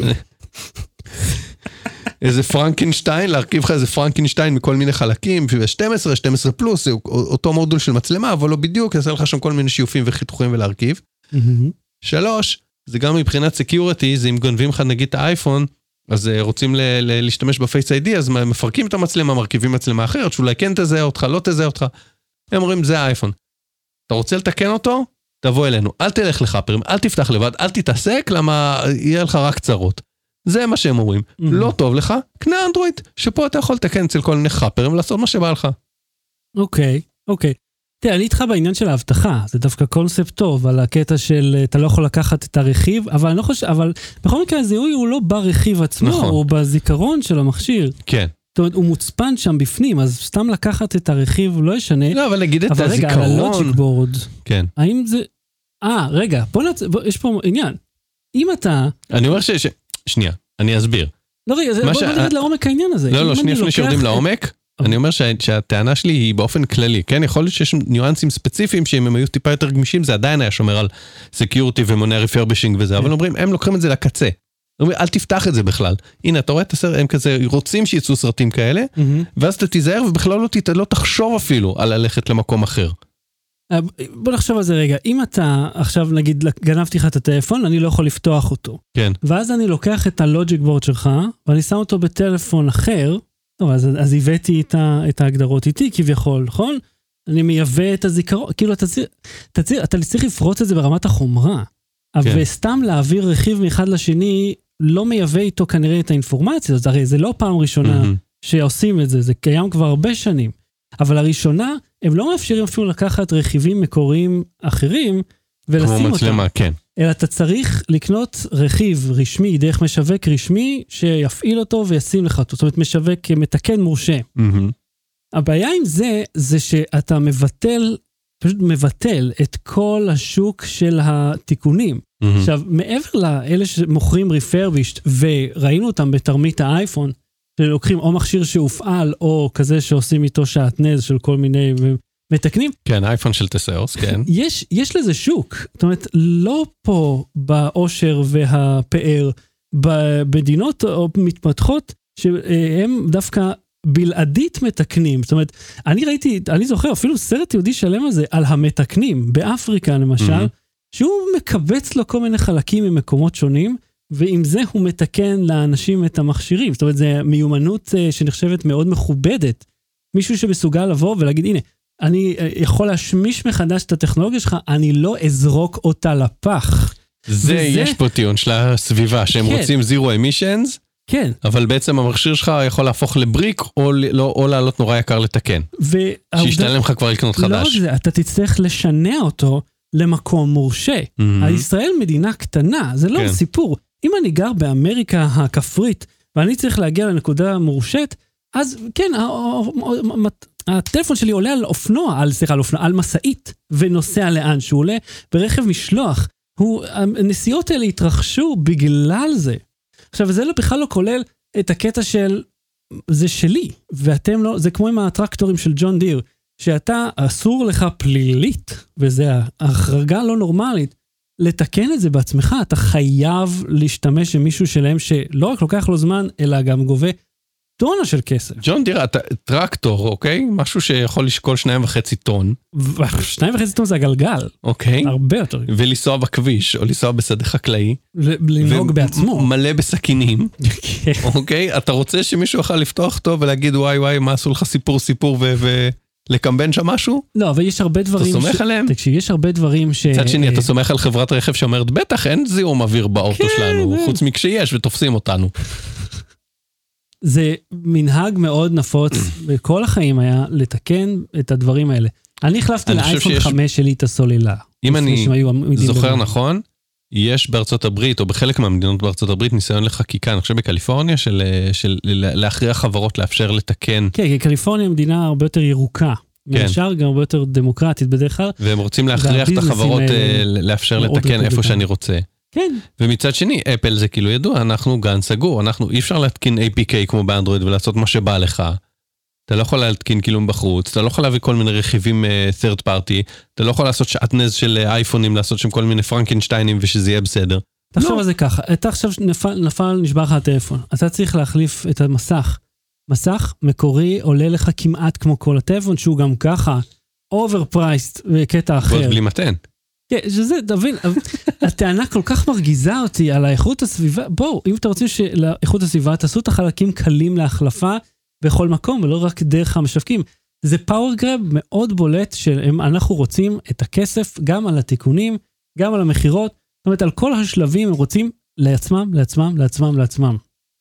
איזה פרנקנשטיין, להרכיב לך איזה פרנקנשטיין מכל מיני חלקים, ו-שתים עשרה, שתים עשרה פלוס, זה אותו מודול של מצלמה, אבל לא בדיוק, יעשה לך שם כל מיני שיופים וחיתוכים ולהרכיב. שלוש, זה גם מבחינת סקיורטי, זה אם גונבים לך נגיד את האייפון, אז רוצים להשתמש בפייס איי די, אז מפרקים את המצלמה, מרכיבים מצלמה אחרת, שאולי כן תזהה אותך, לא תזהה אותך. הם אומרים, זה האייפון. אתה רוצה לתקן אותו? תבוא אלינו. אל תלך לחאפרים, אל תפתח לבד, אל תתעסק, למה יהיה לך רק צרות. זה מה שהם אומרים. לא טוב לך, קנה אנדרואיד, שפה אתה יכול לתקן אצל כל מיני חאפרים, ולעשות מה שבא לך. אוקיי, אוקיי. תראה, אני איתך בעניין של ההבטחה, זה דווקא קונספט טוב, על הקטע של אתה לא יכול לקחת את הרכיב, אבל אני לא חושב, אבל בכל מקרה הזיהוי הוא לא ברכיב עצמו, נכון. הוא בזיכרון של המכשיר. כן. זאת אומרת, הוא מוצפן שם בפנים, אז סתם לקחת את הרכיב לא ישנה. לא, אבל נגיד את אבל הזיכרון. אבל רגע, על הלוג'יק בורד. כן. האם זה... אה, רגע, בוא נצ... בוא, יש פה עניין. אם אתה... אני אומר ש... ש... שנייה, אני אסביר. לא רגע, בוא ש... נרד לעומק העניין הזה. לא, לא, שנייה לפני שיורדים לעומק, אני אומר שהטענה שלי היא באופן כללי, כן? יכול להיות שיש ניואנסים ספציפיים שאם הם היו טיפה יותר גמישים, זה עדיין היה שומר על סקיורטי ומונע רפרבישינג וזה, אבל אומרים, הם לוקחים את זה לקצה. אומרים, אל תפתח את זה בכלל. הנה, אתה רואה את הסרט, הם כזה רוצים שיצאו סרטים כאלה, ואז אתה תיזהר ובכלל לא תחשוב אפילו על ללכת למקום אחר. בוא נחשוב על זה רגע, אם אתה עכשיו נגיד גנבתי לך את הטלפון, אני לא יכול לפתוח אותו. כן. ואז אני לוקח את הלוג'יק בורד שלך, ואני שם אותו בטלפון אחר, טוב, אז, אז הבאתי את, ה, את ההגדרות איתי כביכול, נכון? אני מייבא את הזיכרון, כאילו אתה צריך, אתה צריך, אתה צריך לפרוץ את זה ברמת החומרה, כן. וסתם להעביר רכיב מאחד לשני, לא מייבא איתו כנראה את האינפורמציה, אז הרי זה לא פעם ראשונה mm-hmm. שעושים את זה, זה קיים כבר הרבה שנים. אבל הראשונה, הם לא מאפשרים אפילו לקחת רכיבים מקוריים אחרים, ולשים אותם. כמו מצלמה, כן. אלא אתה צריך לקנות רכיב רשמי, דרך משווק רשמי, שיפעיל אותו וישים לך אותו. זאת אומרת, משווק מתקן מורשה. Mm-hmm. הבעיה עם זה, זה שאתה מבטל, פשוט מבטל את כל השוק של התיקונים. Mm-hmm. עכשיו, מעבר לאלה שמוכרים ריפרבישט, וראינו אותם בתרמית האייפון, שלוקחים או מכשיר שהופעל, או כזה שעושים איתו שעטנז של כל מיני מתקנים. כן, אייפון של טסאוס, כן. יש, יש לזה שוק. זאת אומרת, לא פה באושר והפאר, במדינות או מתפתחות, שהם דווקא בלעדית מתקנים. זאת אומרת, אני ראיתי, אני זוכר אפילו סרט יהודי שלם הזה, על המתקנים, באפריקה למשל, mm-hmm. שהוא מקבץ לו כל מיני חלקים ממקומות שונים, ועם זה הוא מתקן לאנשים את המכשירים. זאת אומרת, זו מיומנות שנחשבת מאוד מכובדת. מישהו שמסוגל לבוא ולהגיד, הנה, אני יכול להשמיש מחדש את הטכנולוגיה שלך, אני לא אזרוק אותה לפח. זה, וזה... יש פה טיעון של הסביבה, שהם כן. רוצים zero emissions, כן. אבל בעצם המכשיר שלך יכול להפוך לבריק, או, לא, או לעלות נורא יקר לתקן. שישתלם לך כבר לקנות חדש. לא רק זה, אתה תצטרך לשנע אותו למקום מורשה. Mm-hmm. הישראל מדינה קטנה, זה לא כן. סיפור. אם אני גר באמריקה הכפרית, ואני צריך להגיע לנקודה מורשת, אז כן, הטלפון שלי עולה על אופנוע, על, סליחה, על אופנוע, על מסעית, ונוסע לאן שהוא עולה, ברכב משלוח. הוא, הנסיעות האלה התרחשו בגלל זה. עכשיו, זה בכלל לא כולל את הקטע של, זה שלי, ואתם לא, זה כמו עם הטרקטורים של ג'ון דיר, שאתה אסור לך פלילית, וזה החרגה לא נורמלית, לתקן את זה בעצמך, אתה חייב להשתמש עם מישהו שלהם שלא רק לוקח לו זמן, אלא גם גובה טונה של כסף. ג'ון דיר, אתה טרקטור, אוקיי? משהו שיכול לשקול שניים וחצי טון. שניים וחצי טון זה הגלגל. אוקיי. הרבה יותר. ולנסוע בכביש, או לנסוע בשדה חקלאי. לנהוג בעצמו. ומלא בסכינים. אוקיי? אתה רוצה שמישהו יוכל לפתוח אותו ולהגיד, וואי וואי, מה עשו לך סיפור סיפור ו... לקמבן שם משהו? לא, אבל יש הרבה דברים... אתה סומך עליהם? תקשיב, יש הרבה דברים ש... צד שני, אתה סומך על חברת רכב שאומרת, בטח אין זיהום אוויר באוטו שלנו, חוץ מכשיש ותופסים אותנו. זה מנהג מאוד נפוץ, בכל החיים היה לתקן את הדברים האלה. אני החלפתי לאייפון חמש שלי את הסוללה. אם אני זוכר נכון, יש בארצות הברית, או בחלק מהמדינות בארצות הברית, ניסיון לחקיקה, אני חושב בקליפורניה, של להכריח חברות לאפשר לתקן. כן, כי קליפורניה מדינה הרבה יותר ירוקה. מהשאר גם הרבה יותר דמוקרטית בדרך כלל. והם רוצים להכריח את החברות לאפשר לתקן איפה שאני רוצה. כן. ומצד שני, אפל זה כאילו ידוע, אנחנו גן סגור, אנחנו אי אפשר להתקין איי פי קיי כמו באנדרואיד ולעשות מה שבא לך. אתה לא יכול להתקין כאילו בחוץ, אתה לא יכול להביא כל מיני רכיבים uh, third party, אתה לא יכול לעשות שעטנז של אייפונים, לעשות שם כל מיני פרנקנשטיינים ושזה יהיה בסדר. תחשוב על זה ככה, אתה עכשיו נפל, נפל נשבר לך הטלפון, אתה צריך להחליף את המסך. מסך מקורי עולה לך כמעט כמו כל הטלפון, שהוא גם ככה overpriced בקטע אחר. ועוד בלי מתן. כן, שזה, תבין, הטענה כל כך מרגיזה אותי על האיכות הסביבה, בואו, אם אתם רוצים שלאיכות הסביבה, תעשו את החלקים קלים להחלפה בכל מקום, ולא רק דרך המשווקים. זה פאוור גרב מאוד בולט, שאנחנו רוצים את הכסף גם על התיקונים, גם על המחירות, זאת אומרת, על כל השלבים הם רוצים לעצמם, לעצמם, לעצמם, לעצמם.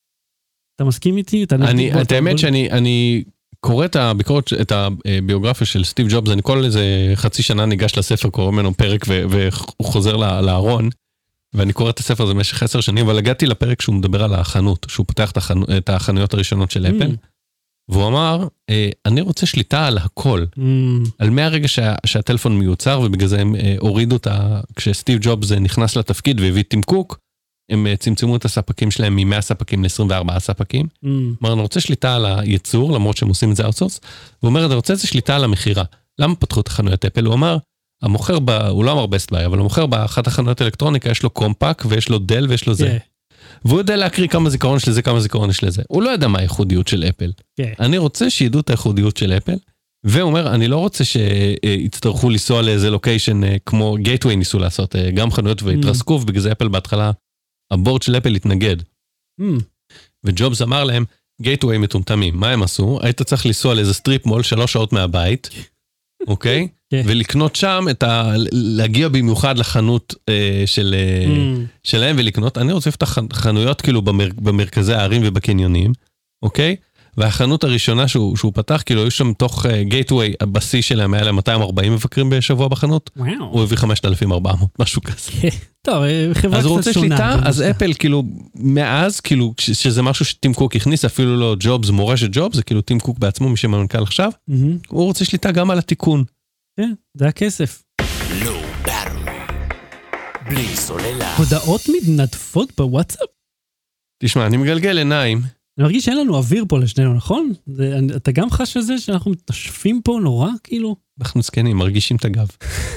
אתה מסכים איתי? אני, את האמת שאני, אני קורא את הביקורת, את הביוגרפיה של סטיב ג'ובס, אני כל איזה חצי שנה ניגש לספר, קורא ממנו פרק והוא חוזר לארון, ואני קורא את הספר הזה במשך עשר שנים, אבל הגעתי לפרק שהוא מדבר על החנות, שהוא פותח את החנויות הראשונות של אפל, והוא אמר, אני רוצה שליטה על הכל, על מהרגע שהטלפון מיוצר, ובגלל זה הם הורידו אותה, כשסטיב ג'ובס נכנס לתפקיד והביא טים קוק, הם צמצמו את הספקים שלהם מ-מאה ספקים ל-עשרים וארבעה ספקים. אמר, אני רוצה שליטה על הייצור, למרות שהם עושים את זה אאוטסורס, והוא אומר, אני רוצה את זה שליטה על המחירה. למה פתחו את החנויות אפל? הוא אמר, המוכר, ב... הוא לא אמר בסט ביי, אבל המוכר באחת החנויות אלקטרוניקה, יש לו קומפק, ויש לו דל, ויש לו זה. והוא יודע להקריא כמה זיכרון של זה, כמה זיכרון יש לזה. הוא לא יודע מה הייחודיות של אפל. אני רוצה שידעו את הייחודיות של אפל, והוא אומר, אני לא רוצה שיצטרכו לנסוע לאיזה לוקיישן כמו גייטווי ניסו לעשות, גם חנויות והתרסקו, ובגלל זה אפל בהתחלה, הבורד של אפל התנגד. וג'ובס אמר להם, גייטווי מטומטמים, מה הם עשו? היית צריך לנסוע לאיזה סטריפ מול שלוש שעות מהבית, אוקיי? ולקנות שם, להגיע במיוחד לחנות שלהם ולקנות, אני רוצה לפתח חנויות כאילו במרכזי הערים ובקניונים, אוקיי? והחנות הראשונה שהוא, שהוא פתח, כאילו, היו שם תוך גייטווי, הבסיס שלהם היה להם מאתיים וארבעים מבקרים בשבוע בחנות, וואו. הוא הביא חמשת אלפים וארבע מאות, משהו כזה. טוב, חברה קצת שונה. אז הוא רוצה שליטה, אז אפל, כאילו, מאז, כאילו, שזה משהו שטים קוק הכניס, אפילו לא ג'ובס, מורשת ג'ובס, זה כאילו טים קוק בעצמו, מי שמנכ"ל עכשיו, הוא רוצה שליטה גם על התיקון. כן, זה הכסף. לא ברור. בלי סוללה. הודעות מתנדפות בוואטסאפ? תשמע, אני מגלגל עיניים, אני מרגיש שאין לנו אוויר פה לשנינו, נכון? זה, אתה גם חש את זה שאנחנו מתנשפים פה נורא, כאילו? אנחנו זקנים, מרגישים את הגב.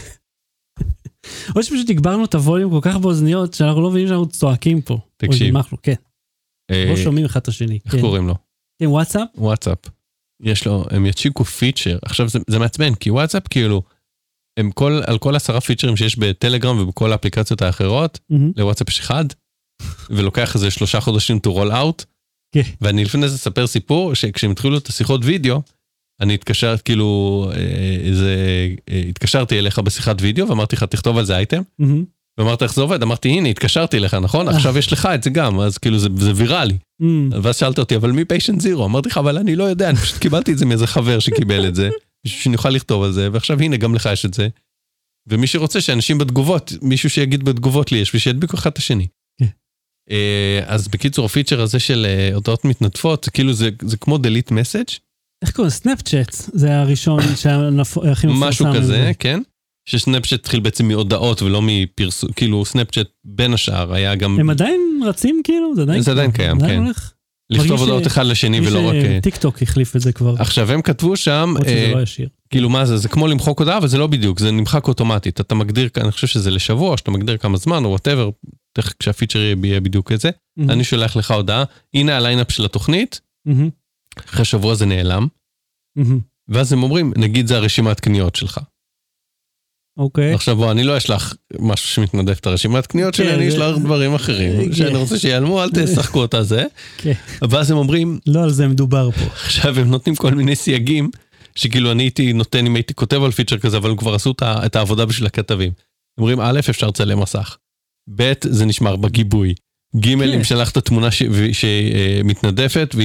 או שפשוט הגברנו את הווליום כל כך באוזניות, שאנחנו לא מבינים שאנחנו צועקים פה. תקשיב. כן. לא שומעים אחד את השני. איך קוראים לו? כן, וואטסאפ? וואטסאפ. יש לו, הם יצ'יקו פיצ'ר. עכשיו זה, זה מעצבן, כי וואטסאפ כאילו, הם כל, על כל עשרה פיצ'רים שיש בטלגרם ובכל האפליקציות האחרות, לוואטסאפ יש אחד, ולוקח איזה שלושה חודשים to roll out, ואני לפני זה אספר סיפור, שכשהם התחילו את השיחות וידאו, אני התקשרת, כאילו, איזה, התקשרתי אליך בשיחת וידאו, ואמרתי לך, תכתוב על זה אייטם, ואמרת איך זה עובד, אמרתי, הנה, התקשרתי אליך, נכון? עכשיו יש לך את זה גם, אז כאילו זה, זה ויראלי. ואז שאלת אותי, אבל מי פיישנט זירו? אמרתי לך, אבל אני לא יודע, אני פשוט קיבלתי את זה מאיזה חבר שקיבל את זה, שנוכל לכתוב על זה, ועכשיו הנה, גם לך יש את זה. ומי שרוצה שאנשים בתגובות, מישהו שיגיד בתגובות לי, יש ושידביקו אחד את השני. אז בקיצור, הפיצ'ר הזה של הודעות מתנדפות, זה כאילו, זה, זה כמו delete message. איך קוראים? סנאפצ'אט, זה הראשון שהכי מפורסם. משהו כזה, כן? שסנאפצ'אט התחיל בעצם מהודעות ולא מפרסום, כאילו סנאפצ'אט בין השאר היה גם... הם עדיין רצים כאילו? זה עדיין, זה עדיין קיים, כן. לכתוב הודעות אחד לשני ולא רק... טיק טוק החליף את זה כבר. עכשיו הם כתבו שם... שזה לא ישיר. כאילו מה זה? זה כמו למחוק הודעה, אבל זה לא בדיוק, זה נמחק אוטומטית. אתה מגדיר, אני חושב שזה לשבוע, שאתה מגדיר כמה זמן או whatever, כשהפיצ'ר יהיה בדיוק את זה. אני שולח לך הודעה, הנה הליינאפ של התוכנית, אחרי שבוע זה נעלם, ואז הם אומרים, נגיד זה הרשימת קניות שלך. אוקיי. עכשיו בוא, אני לא אשלח משהו שמתנדף את הרשימת קניות שלי, אני אשלח דברים אחרים, שאני רוצה שיעלמו, אל תשחקו אותה זה. ואז הם אומרים... לא על זה מדובר פה. עכשיו הם נותנים כל מיני סייגים, שכאילו אני הייתי נותן, אם הייתי כותב על פיצ'ר כזה, אבל הם כבר עשו את העבודה בשביל הכתבים. אומרים, א', אפשר לצלם מסך. ב', זה נשמר בגיבוי. ג', אם שלחת תמונה שמתנדפת,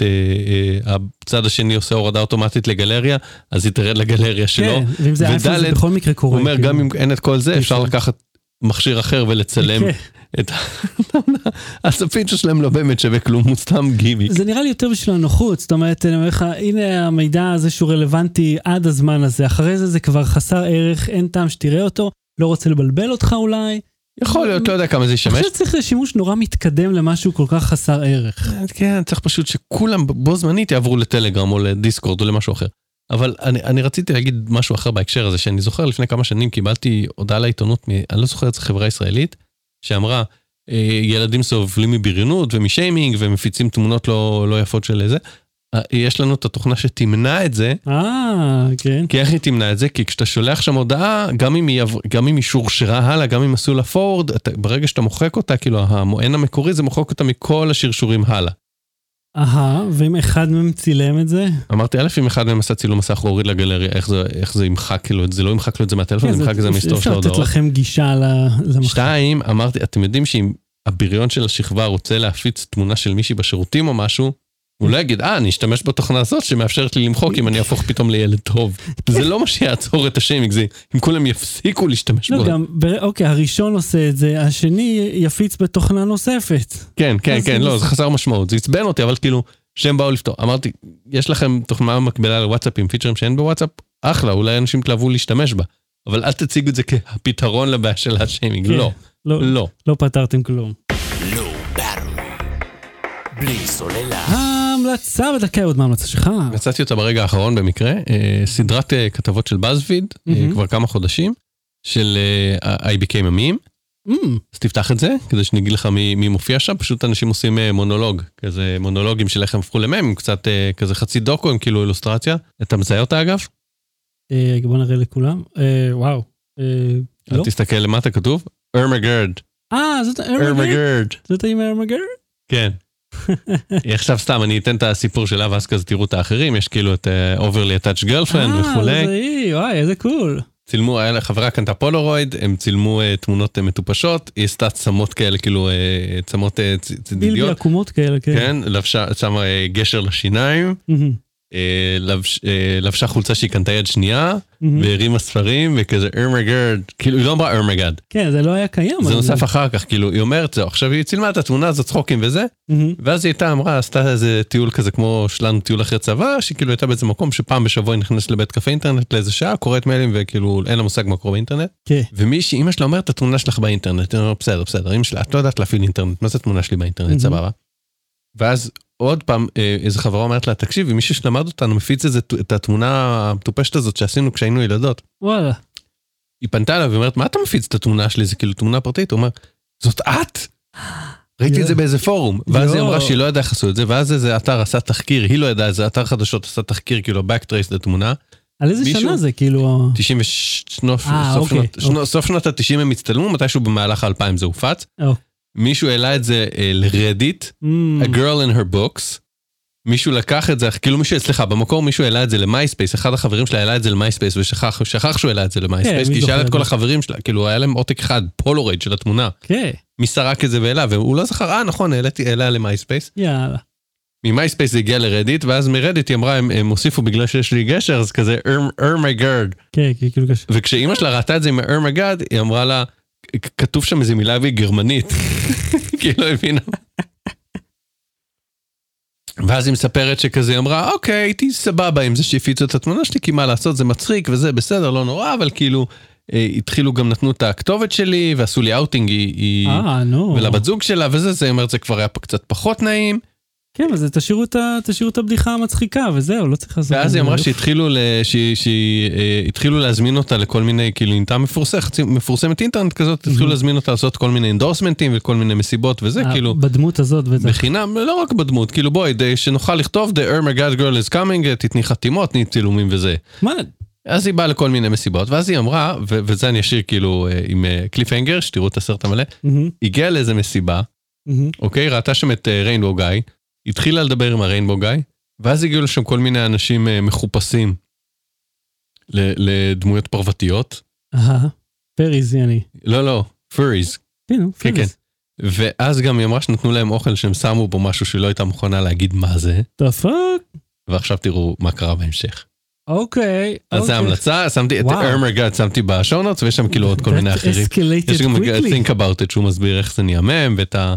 והצד השני עושה הורדה אוטומטית לגלריה, אז היא תרד לגלריה שלו. ואם זה אייפון, זה בכל מקרה קורה. הוא אומר, גם אם אין את כל זה, אפשר לקחת מכשיר אחר ולצלם את ה... אז הפיצ'ר שלהם לא באמת שווה כלום, הוא סתם גימיק. זה נראה לי יותר בשביל הנוחות, זאת אומרת, אני אומר לך, הנה המידע הזה שהוא רלוונטי עד הזמן הזה, אחרי זה זה כבר חסר ערך, אין טעם שתראה אותו, לא רוצה לבלבל אותך אולי. יכול להיות, לא יודע כמה זה ישמש. אני חושב שצריך שימוש נורא מתקדם למשהו כל כך חסר ערך. כן, צריך פשוט שכולם בו זמנית יעברו לטלגרם או לדיסקורד או למשהו אחר. אבל אני, אני רציתי להגיד משהו אחר בהקשר הזה, שאני זוכר לפני כמה שנים קיבלתי הודעה לעיתונות, אני לא זוכר את זה חברה ישראלית, שאמרה, ילדים סובלים מבריונות ומשיימינג, ומפיצים תמונות לא, לא יפות של איזה. יש לנו את התוכנה שתמנע את זה. אה, כן. כי איך היא תמנע את זה? כי כשאתה שולח שם הודעה, גם אם היא, גם אם היא שורשרה הלאה, גם אם עשו לה פורד, ברגע שאתה מוחק אותה, כאילו המוען המקורי, זה מוחק אותה מכל השרשורים הלאה. אהה, ואם אחד מהם צילם את זה? אמרתי, א', אם אחד מהם עשה צילום מסך, הוא הוריד לגלריה, איך זה, איך זה ימחק, כאילו, זה לא ימחק לו את זה מהטלפון, זה ימחק את זה מהיסטוריה של ההודעות. אפשר לתת לכם גישה למחק. שתיים, אמרתי, אתם יודעים שאם הבריון של השכבה רוצה להפיץ תמונה של מישהי בשירותים או משהו, הוא לא יגיד, אה, אני אשתמש בתוכנה הזאת שמאפשרת לי למחוק אם אני אהפוך פתאום לילד טוב. זה לא מה שיעצור את השיימינג, זה אם כולם יפסיקו להשתמש בו. לא, גם, אוקיי, הראשון עושה את זה, השני יפיץ בתוכנה נוספת. כן, כן, כן, לא, זה חסר משמעות. זה יצבן אותי, אבל כאילו, שהם באו לפתור. אמרתי, יש לכם תוכנה מקבילה לוואטסאפ עם פיצ'רים שאין בוואטסאפ? אחלה, אולי אנשים תלוו להשתמש בה. אבל אל תציגו את זה כפתרון לבעיה של השיימינג. לא, לא. לא פתרתם כלום. לא ברור. בלי סוללה. ההמלצה בדקה, עוד מה ההמלצה שלך? מצאתי אותה ברגע האחרון במקרה, סדרת כתבות של BuzzFeed, כבר כמה חודשים, של I Became a Meme, אז תפתח את זה, כדי שאני אגיד לך מי, מי מופיע שם, פשוט אנשים עושים מונולוג, כזה מונולוגים של איך הם הפכו למם, עם קצת כזה חצי דוקו, עם כאילו אילוסטרציה. אתה מזהה אותה אגב? בוא נראה לכולם. וואו. לא? תסתכל למטה כתוב, ארמגרד. אה, זאת ארמגרד? זאת עם ארמגרד? כן. עכשיו סתם, אני אתן את הסיפור שלה, ואז כזה תראו את האחרים, יש כאילו את overly attached girlfriend וכולי. אה, זה היא, וואי, איזה קול. צילמו, היה חברה כאן את הפולרויד, הם צילמו תמונות מטופשות, היא עשתה צמות כאלה, כאילו צמות צדידיות. בלבי עקומות כאלה, כן. כן, לבשה שם גשר לשיניים, לבשה חולצה שהיא קנתה יד שנייה, והרימה ספרים, וכזה ארמגרד, כאילו היא לא אמרה ארמגד. כן, זה לא היה קיים. זה נוסף אחר כך, כאילו היא אומרת, זהו, עכשיו היא צילמה את התמונה הזאת, צחוקים וזה, ואז היא הייתה אמרה, עשתה איזה טיול כזה כמו שלנו טיול אחרי צבא, שכאילו הייתה באיזה מקום שפעם בשבוע היא נכנסת לבית קפה אינטרנט לאיזה שעה, קוראת מיילים וכאילו אין לה מושג מה קורה באינטרנט. ומישהי, אמא שלה אומרת, התמונה שלך באינטרנט, בסדר, בסדר, אמא שלה, את לא יודעת להפעיל אינטרנט, מה זה התמונה שלי באינטרנט, סבבה? ואז עוד פעם, איזו חברה אומרת לה, תקשיב, אם מישהו שלמד אותנו, מפיץ את התמונה המטופשת הזאת שעשינו כשהיינו ילדות. וואלה. היא פנתה לה ואומרת, מה אתה מפיץ את התמונה שלי? זה כאילו תמונה פרטית. הוא אומר, זאת את? ראיתי את זה באיזה פורום. ואז היא אמרה שהיא לא ידעה איך עשו את זה, ואז איזה אתר עשה תחקיר, היא לא ידעה, איזה אתר חדשות עשה תחקיר, כאילו, backtrace לתמונה. על איזה שנה זה, כאילו? תשעים סוף שנות ה-תשעים הם הצטלמו, מתישהו במהלך ה-אלפיים זה הופץ. מישהו העלה את זה לרדיט, a girl in her books, מישהו לקח את זה, כאילו מישהו, סליחה, במקור מישהו העלה את זה למייספייס, אחד החברים שלה העלה את זה למייספייס, ושכח שהוא העלה את זה למייספייס, כי שאלה את כל החברים שלה, כאילו היה להם עותק אחד, פולורייד של התמונה, מי סרק את זה ואלה, והוא לא זכר, אה נכון, העלה למייספייס, יאללה. ממייספייס זה הגיע לרדיט, ואז מרדיט היא אמרה, הם הוסיפו בגלל שיש לי גשר, אז כזה, ארמגרד. כן, כאילו גשר. וכשאימא שלה ראתה את זה עם ארמגרד, היא אמרה לה, כתוב שם איזה מילה גרמנית, כי לא הבינה. ואז היא מספרת שכזה, היא אמרה, אוקיי, הייתי סבבה עם זה שהפיצו את התמונה שלי, כי מה לעשות, זה מצחיק וזה בסדר, לא נורא, אבל כאילו, התחילו גם נתנו את הכתובת שלי, ועשו לי אאוטינג, ולבת זוג שלה, וזה, זה אומר, זה כבר היה קצת פחות נעים. כן, אז תשאירו את הבדיחה המצחיקה, וזהו, לא צריך לעשות. ואז היא אמרה שהתחילו להזמין אותה לכל מיני, כאילו, אינתה מפורסמת אינטרנט כזאת, התחילו להזמין אותה לעשות כל מיני אנדורסמנטים וכל מיני מסיבות וזה, כאילו... בדמות הזאת וזה. בחינם, לא רק בדמות, כאילו בואי, שנוכל לכתוב, The Ermagad Girl is coming, תתני חתימות, תתני צילומים וזה. מה? אז היא באה לכל מיני מסיבות, ואז היא אמרה, וזה אני אשאיר כאילו עם קליפהנגר, שתראו את הסרט המלא, הגיעה לאיזה מסיבה, אוקיי, ראתה שם את ריינבו גיא, התחילה לדבר עם הריינבו גיא, ואז הגיעו לשם כל מיני אנשים מחופשים לדמויות פרוותיות. אהה, פריז, יעני. לא, לא, פריז. כן, פריז. ואז גם היא אמרה שנתנו להם אוכל שהם שמו בו משהו שלא הייתה מוכנה להגיד מה זה. The fuck? ועכשיו תראו מה קרה בהמשך. אוקיי. אז זה המלצה, שמתי את ארמגרד, שמתי בשונוטס, ויש שם כאילו עוד כל מיני אחרים. יש גם think about it, שהוא מסביר איך זה נעמם, ואת ה...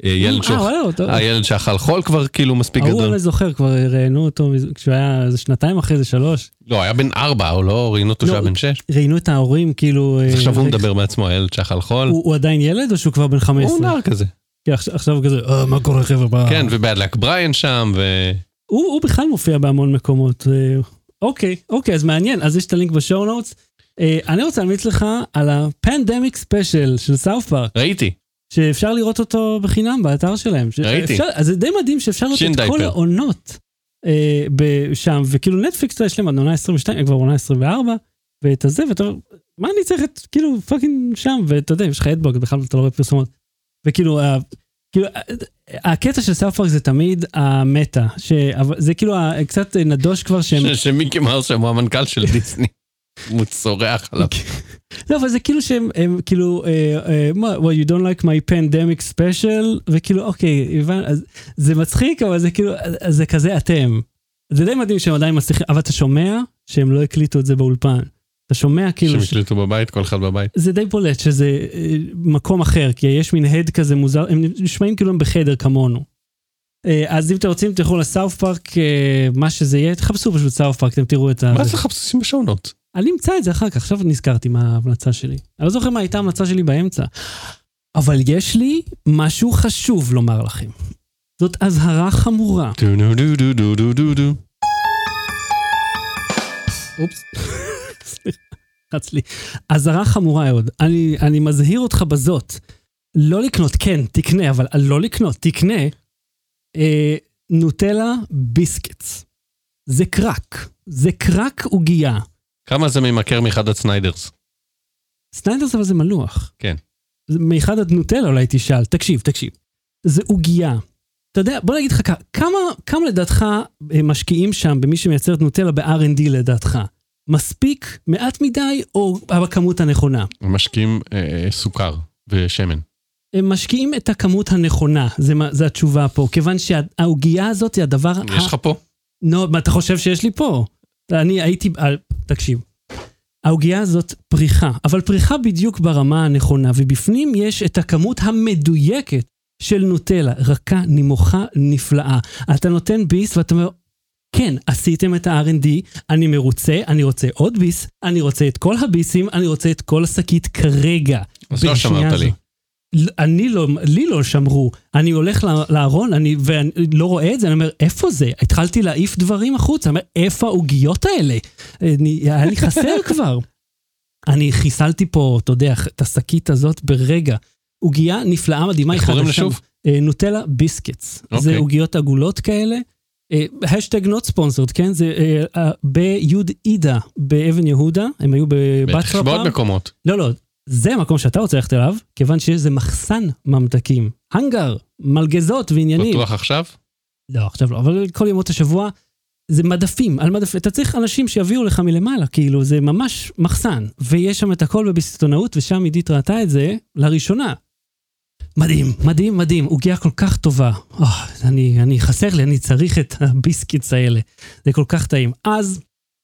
הילד שאכל חול כבר כאילו מספיק גדול. הוא אני זוכר, כבר ראינו אותו כשהוא היה איזה שנתיים אחרי זה שלוש. לא, היה בן ארבע, או לא ראינו אותו שהיה בן שש. ראינו את ההורים כאילו... עכשיו הוא מדבר בעצמו, הילד שאכל חול. הוא עדיין ילד או שהוא כבר בן חמש עשרה? הוא נער כזה. עכשיו כזה, מה קורה חבר'ה? כן, ובאדלק בריין שם, ו... הוא בכלל מופיע בהמון מקומות. אוקיי, אוקיי, אז מעניין. אז יש את הלינק בשואו נוטס. אני רוצה להמליץ לך על הפנדמיק ספיישל של סאוף פארק. ראיתי. שאפשר לראות אותו בחינם באתר שלהם. ראיתי. אז זה די מדהים שאפשר לראות את כל העונות שם, וכאילו נטפליקס יש להם עד עונה עשרים ושתיים, כבר עונה עשרים וארבע, ואת הזה, ואתה אומר, מה אני צריך את, כאילו, פאקינג שם, ואתה יודע, יש לך אדבוק, בכלל אתה לא רואה פרסומות. וכאילו, הקטע של סאוף פארק זה תמיד המטה, זה כאילו קצת נדוש כבר שהם... שמיקי מאוס שם הוא המנכ"ל של דיסני. הוא צורח עליו. לא, אבל זה כאילו שהם, כאילו, well, you don't like my pandemic special, וכאילו, אוקיי, זה מצחיק, אבל זה כאילו, זה כזה אתם. זה די מדהים שהם עדיין מצליחים, אבל אתה שומע שהם לא הקליטו את זה באולפן. אתה שומע כאילו... שהם הקליטו בבית, כל אחד בבית. זה די בולט, שזה מקום אחר, כי יש מין הד כזה מוזר, הם נשמעים כאילו הם בחדר כמונו. אז אם אתם רוצים, תלכו לסאוף פארק, מה שזה יהיה, תחפשו פשוט סאוף פארק, אתם תראו את ה... מה זה חפשים בשונות? אני אמצא את זה אחר כך, עכשיו נזכרתי מה ההמלצה שלי. אני לא זוכר מה הייתה ההמלצה שלי באמצע. אבל יש לי משהו חשוב לומר לכם. זאת אזהרה חמורה. אופס. רץ לי. אזהרה חמורה עוד. אני, אני מזהיר אותך בזאת. לא לקנות, כן, תקנה, אבל לא לקנות, תקנה אה, נוטלה ביסקטס. זה קרק. זה קרק עוגיה. כמה זה ממכר מאחד עד סניידרס? סניידרס אבל זה מלוח. כן. מאחד עד נוטלה אולי תשאל. תקשיב, תקשיב. זה עוגיה. אתה יודע, בוא נגיד לך כמה, כמה לדעתך משקיעים שם במי שמייצר את נוטלה ב-אר אנד די לדעתך? מספיק, מעט מדי, או בכמות הנכונה? הם משקיעים אה, סוכר ושמן. הם משקיעים את הכמות הנכונה, זה, זה התשובה פה, כיוון שהעוגיה הזאת היא הדבר... יש לך פה? נו, מה אתה חושב שיש לי פה? אני הייתי... תקשיב. העוגיה הזאת פריחה, אבל פריחה בדיוק ברמה הנכונה, ובפנים יש את הכמות המדויקת של נוטלה, רכה, נמוכה, נפלאה. אתה נותן ביס ואתה אומר, כן, עשיתם את ה-אר אנד די, אני מרוצה, אני רוצה עוד ביס, אני רוצה את כל הביסים, אני רוצה את כל השקית כרגע. אז לא שמרת לי. אני לא, לי לא שמרו, אני הולך לארון, אני, ואני לא רואה את זה, אני אומר, איפה זה? התחלתי להעיף דברים החוץ, אני אומר, איפה העוגיות האלה? אני, היה לי חסר כבר. אני חיסלתי פה, אתה יודע, את השקית הזאת ברגע. עוגיה נפלאה מדהימה. איך קוראים לשוב? נוטלה ביסקטס. אוקיי. זה עוגיות עגולות כאלה. השטג נוט ספונסרד, כן? זה ביוד אידה, באבן יהודה, הם היו בבת רפה. בעוד מקומות. לא, לא. זה מקום שאתה רוצה ללכת אליו, כיוון שזה מחסן ממתקים. הנגר, מלגזות ועניינים. בטוח עכשיו? לא, עכשיו לא, אבל כל ימות השבוע זה מדפים, על מדפים. אתה צריך אנשים שיביאו לך מלמעלה, כאילו זה ממש מחסן. ויש שם את הכל בסיטונאות, ושם עידית ראתה את זה לראשונה. מדהים, מדהים, מדהים. עוגיה כל כך טובה. Oh, אני, אני חסר לי, אני צריך את הביסקיטס האלה. זה כל כך טעים. אז,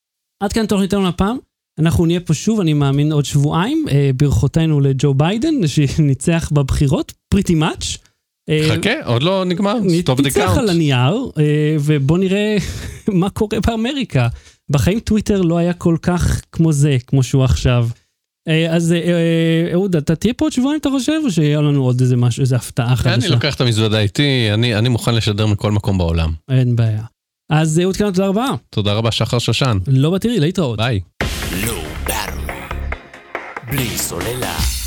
עד כאן תוכניתנו לפעם. אנחנו נהיה פה שוב, אני מאמין, עוד שבועיים, אה, ברכותינו לג'ו ביידן, שניצח בבחירות, pretty much. אה, חכה, עוד לא נגמר, stop the ניצח count. על הנייר, אה, ובוא נראה מה קורה באמריקה. בחיים טוויטר לא היה כל כך כמו זה, כמו שהוא עכשיו. אה, אז אה, אהוד, אתה תהיה פה עוד שבועיים, אתה חושב, או שיהיה לנו עוד איזה משהו, איזה הפתעה חדשה? אני לוקח את המזוודה איתי, אני, אני מוכן לשדר מכל מקום בעולם. אין בעיה. אז אהוד כאן, תודה רבה. תודה רבה, שחר שושן. לא בתראי, להתראות. ביי. Low Battery. בלי סוללה.